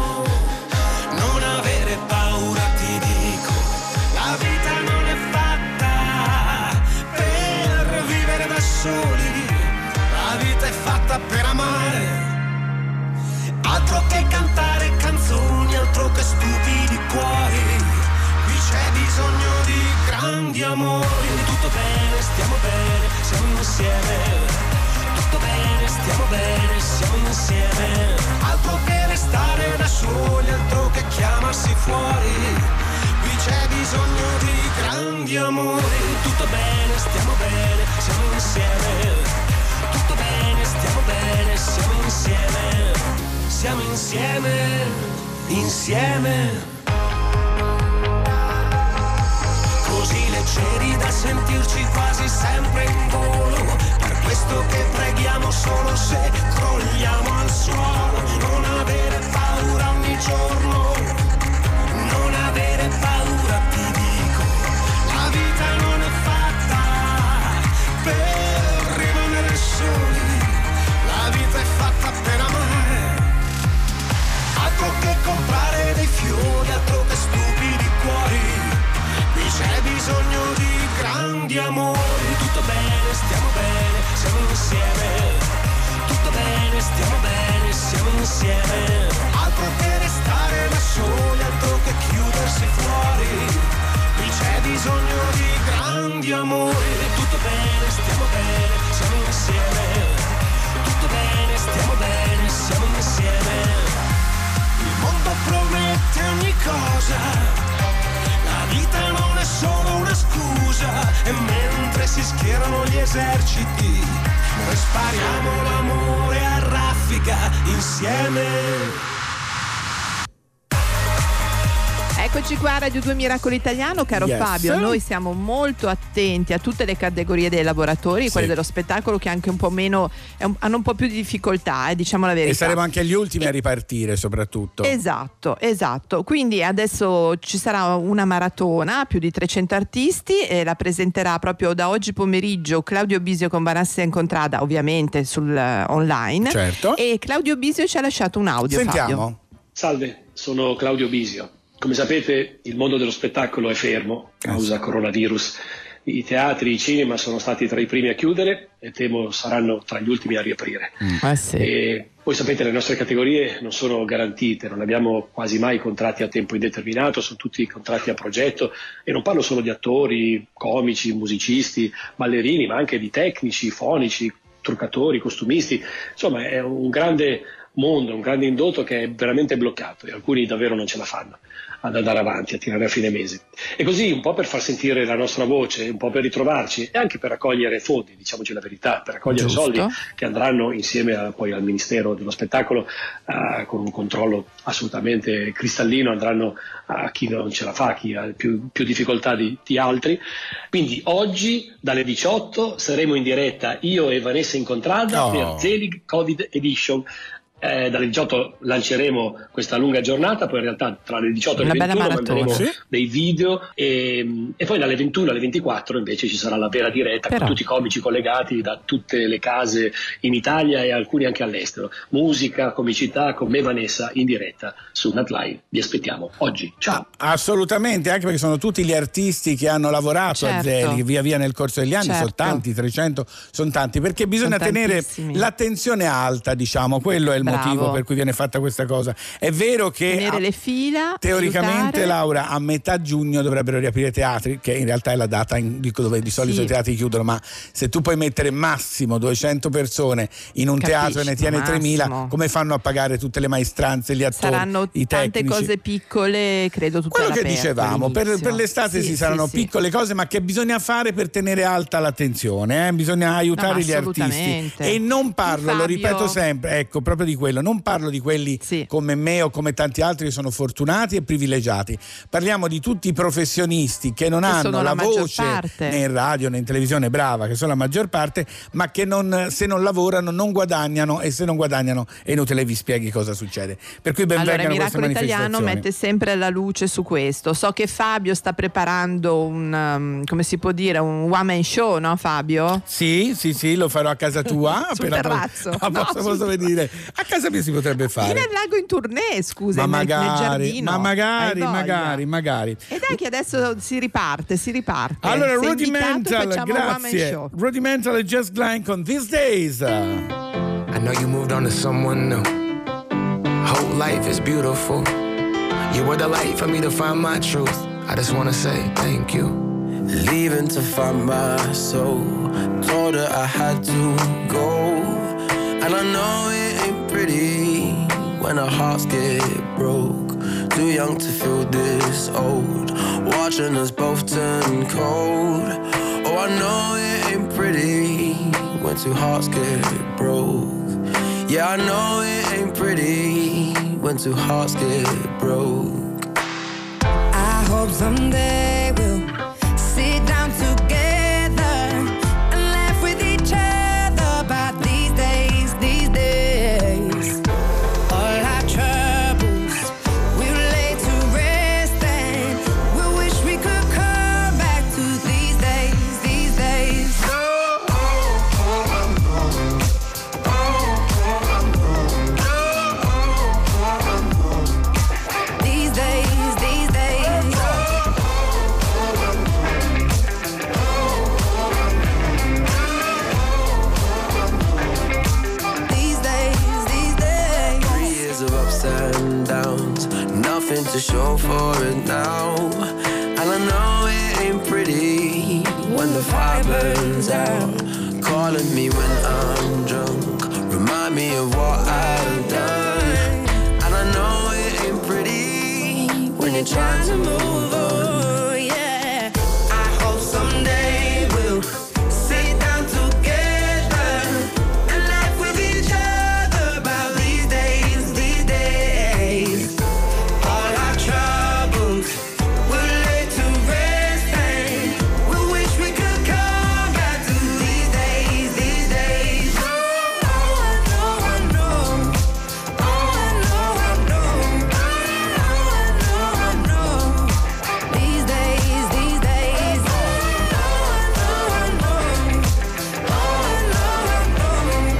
La vita è fatta per amare, altro che cantare canzoni, altro che stupidi cuori. Qui c'è bisogno di grandi amori. Tutto bene, stiamo bene, siamo insieme. Tutto bene, stiamo bene, siamo insieme. Altro che restare da soli, altro che chiamarsi fuori. Qui c'è bisogno di grandi amori. Tutto bene, stiamo bene, siamo insieme. Tutto bene, stiamo bene, siamo insieme. Siamo insieme. Così leggeri da sentirci quasi sempre in volo. Per questo che preghiamo solo se crolliamo al suolo. Non avere paura ogni giorno. Non avere paura, ti dico. La vita non è fatta per rimanere soli. La vita è fatta per amare. Altro che comprare dei fiori, altro che stupidi cuori. Qui c'è bisogno di grandi amori. Tutto bene, stiamo bene, siamo insieme. Tutto bene, stiamo bene, scusa, la vita non è solo una scusa, e mentre si schierano gli eserciti, noi spariamo l'amore a raffica insieme. Eccoci qua a Radio 2 Miracolo Italiano, caro Fabio, noi siamo molto attenti a tutte le categorie dei lavoratori, quelli dello spettacolo che anche un po' meno hanno un po' più di difficoltà, diciamo la verità. E saremo anche gli ultimi a ripartire soprattutto. Esatto. Quindi adesso ci sarà una maratona, più di 300 artisti, e la presenterà proprio da oggi pomeriggio Claudio Bisio con Vanessa Incontrada, ovviamente sul online. Certo. E Claudio Bisio ci ha lasciato un audio. Sentiamo. Fabio. Salve, sono Claudio Bisio. Come sapete, il mondo dello spettacolo è fermo a causa coronavirus. I teatri, i cinema sono stati tra i primi a chiudere e temo saranno tra gli ultimi a riaprire. Sì. E poi sapete, le nostre categorie non sono garantite, non abbiamo quasi mai contratti a tempo indeterminato, sono tutti contratti a progetto, e non parlo solo di attori, comici, musicisti, ballerini, ma anche di tecnici, fonici, truccatori, costumisti. Insomma, è un grande mondo, un grande indotto che è veramente bloccato, e alcuni davvero non ce la fanno ad andare avanti, a tirare a fine mese. E così, un po' per far sentire la nostra voce, un po' per ritrovarci, e anche per raccogliere fondi, diciamoci la verità, per raccogliere soldi che andranno insieme poi al Ministero dello Spettacolo, con un controllo assolutamente cristallino, andranno a chi non ce la fa, chi ha più difficoltà di altri. Quindi oggi dalle 18 saremo in diretta io e Vanessa Incontrada per Zelig Covid Edition. Dalle 18 lanceremo questa lunga giornata, poi in realtà tra le 18 e le 21 manderemo dei video, e poi dalle 21 alle 24 invece ci sarà la vera diretta con tutti i comici collegati da tutte le case in Italia e alcuni anche all'estero. Musica, comicità, con me Vanessa in diretta su NatLive. Vi aspettiamo oggi, ciao. Assolutamente, anche perché sono tutti gli artisti che hanno lavorato a Zelig via via nel corso degli anni, sono tanti, 300 sono tanti, perché bisogna tenere l'attenzione alta, diciamo, quello è il motivo per cui viene fatta questa cosa. È vero che tenere le fila, teoricamente, aiutare. Laura, a metà giugno dovrebbero riaprire i teatri, che in realtà è la data dove di solito i teatri chiudono, ma se tu puoi mettere massimo 200 persone in un teatro e ne tiene 3.000, come fanno a pagare tutte le maestranze, gli attori, saranno i tecnici? Tante cose piccole, credo, tutte quello all'aperto, che dicevamo per l'estate saranno piccole cose, ma che bisogna fare per tenere alta l'attenzione, bisogna aiutare gli artisti, e non parlo, lo ripeto sempre, ecco, proprio di quello, non parlo di quelli come me o come tanti altri che sono fortunati e privilegiati, parliamo di tutti i professionisti che non hanno la voce né in radio né in televisione, brava, che sono la maggior parte, ma che se non lavorano non guadagnano, e se non guadagnano è inutile vi spieghi cosa succede. Per cui benvengano queste manifestazioni. Italiano mette sempre la luce su questo. So che Fabio sta preparando un come si può dire, un one man show, no Fabio? Sì, lo farò a casa tua. Sul terrazzo. Posso venire? A casa mia si potrebbe fare. Vieni al lago in tournée, scusa, nel giardino. Ma magari. E dai che adesso si riparte. Allora, Rudimental, grazie. Rudimental e Just Glide con These Days. I know you moved on to someone new. Whole life is beautiful. You were the light for me to find my truth. I just wanna say thank you. Leaving to find my soul. Told her I had to go. And I know it ain't pretty when our hearts get broke. Too young to feel this old. Watching us both turn cold. Oh, I know it ain't pretty when two hearts get broke. Yeah, I know it ain't pretty when two hearts get broke. I hope someday we'll sit down together and laugh with each other about these days, these days. All our troubles we'll lay to rest, and we'll wish we could come back to these days, these days. These days, these days. These days, these days. 3 years of ups and downs, nothing to show for it now. And I know it ain't pretty when the fire burns out. Calling me when I'm drunk, remind me of what I've done. And I know it ain't pretty when you're trying to move on, yeah. I hope someday we'll sit down together and laugh with each other about these days, these days. All our troubles we'll lay to rest and we'll wish we could come back to these days, these days. Oh, I know, I know. Oh, I know, I know. Oh, I know. These days, these days. Oh, I know, I know. Oh, I know, I know.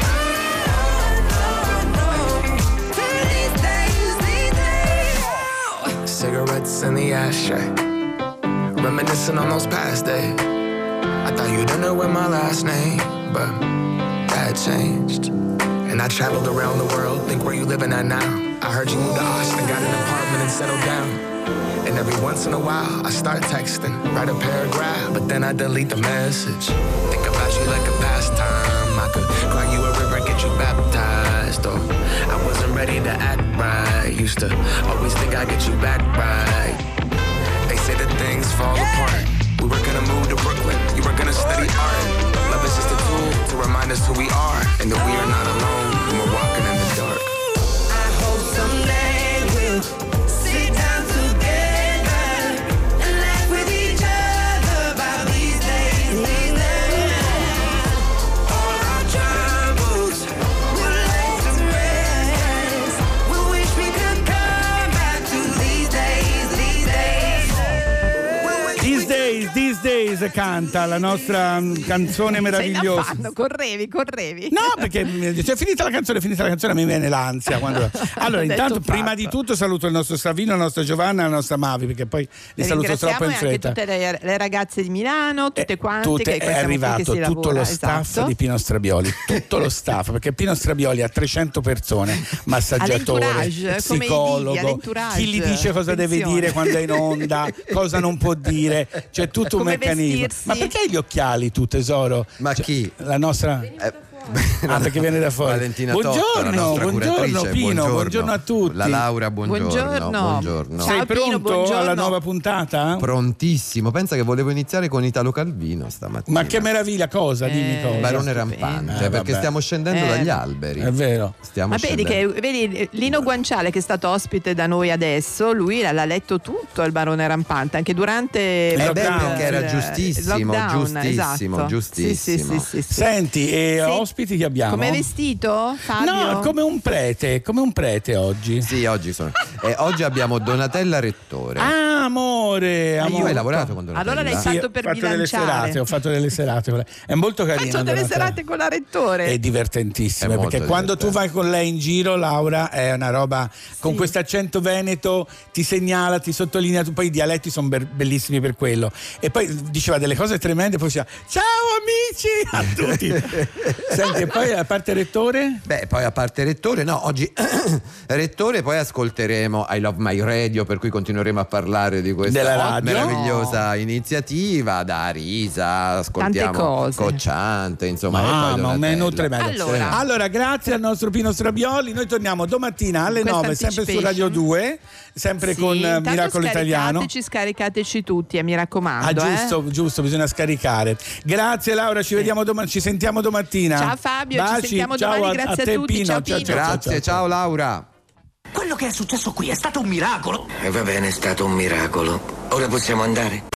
These days, these days. Cigarettes in the ashtray, reminiscing on those past days. I thought you didn't know my last name, but that changed. And I traveled around the world, think where you living at now. I heard you moved to Austin, got an apartment and settled down. And every once in a while, I start texting, write a paragraph, but then I delete the message. Think about you like a pastime. I could cry you a river, get you baptized. Or I wasn't ready to act right. Used to always think I'd get you back right. They say that things fall apart. We were gonna move to Brooklyn, you were gonna study art. Love is just a tool to remind us who we are, and that we are not alone when we're walking in the dark. I hope someday we'll sit down together and laugh with each other about these days, these days. All our troubles we'll lay to rest. We wish we could come back to these days, these days. These Days canta la nostra canzone meravigliosa. Sei in affanno, correvi. No, perché finita la canzone a me viene l'ansia quando... Allora, intanto prima di tutto saluto il nostro Savino, la nostra Giovanna e la nostra Mavi, perché poi li saluto troppo in fretta. Anche tutte le ragazze di Milano, tutte quante, che è arrivato che tutto lo staff esatto. di Pino Strabioli, tutto lo staff, perché Pino Strabioli ha 300 persone, massaggiatore, psicologo, chi gli dice cosa deve dire quando è in onda, cosa non può dire, c'è tutto un meccanismo. Ma perché gli occhiali tu, tesoro? Ma chi? La nostra... perché viene da fuori. Valentina buongiorno Pino, buongiorno a tutti. La Laura, buongiorno. Ciao, sei pronto Pino, alla nuova puntata? Prontissimo, pensa che volevo iniziare con Italo Calvino stamattina. Ma che meraviglia, cosa? Dimmi cosa. Barone rampante, perché stiamo scendendo dagli alberi. È vero. Ma vedi Lino Guanciale, che è stato ospite da noi adesso, lui l'ha letto tutto il Barone rampante, anche durante perché era giustissimo, esatto. giustissimo. Sì. Senti, ospiti che abbiamo? Come vestito, Fabio? No, come un prete oggi. Sì, oggi abbiamo Donatella Rettore. Ah, amore. Tu hai lavorato con Donatella? Allora l'hai fatto per bilanciare. Ho fatto delle serate. È molto carina. Faccio delle serate con la Rettore. È divertentissima, perché quando tu vai con lei in giro, Laura, è una roba con questo accento veneto, ti segnala, ti sottolinea, poi i dialetti sono bellissimi per quello. E poi diceva delle cose tremende, poi diceva ciao amici a tutti. Senti, e poi a parte Rettore? Poi a parte Rettore, no, oggi Rettore, poi ascolteremo I Love My Radio, per cui continueremo a parlare di questa meravigliosa iniziativa, da risa, ascoltiamo Cocciante, insomma. Ma un menù tremendo. Allora, grazie al nostro Pino Strabioli, noi torniamo domattina alle 9, sempre su Radio 2, sempre con Miracolo Italiano. Scaricateci tutti, mi raccomando. Giusto, bisogna scaricare. Grazie Laura, ci vediamo domani, ci sentiamo domattina. Ciao Fabio, ci sentiamo domani, grazie a tutti. Pino. Ciao Pino. Grazie, ciao Laura. Quello che è successo qui è stato un miracolo. Va bene, è stato un miracolo. Ora possiamo andare?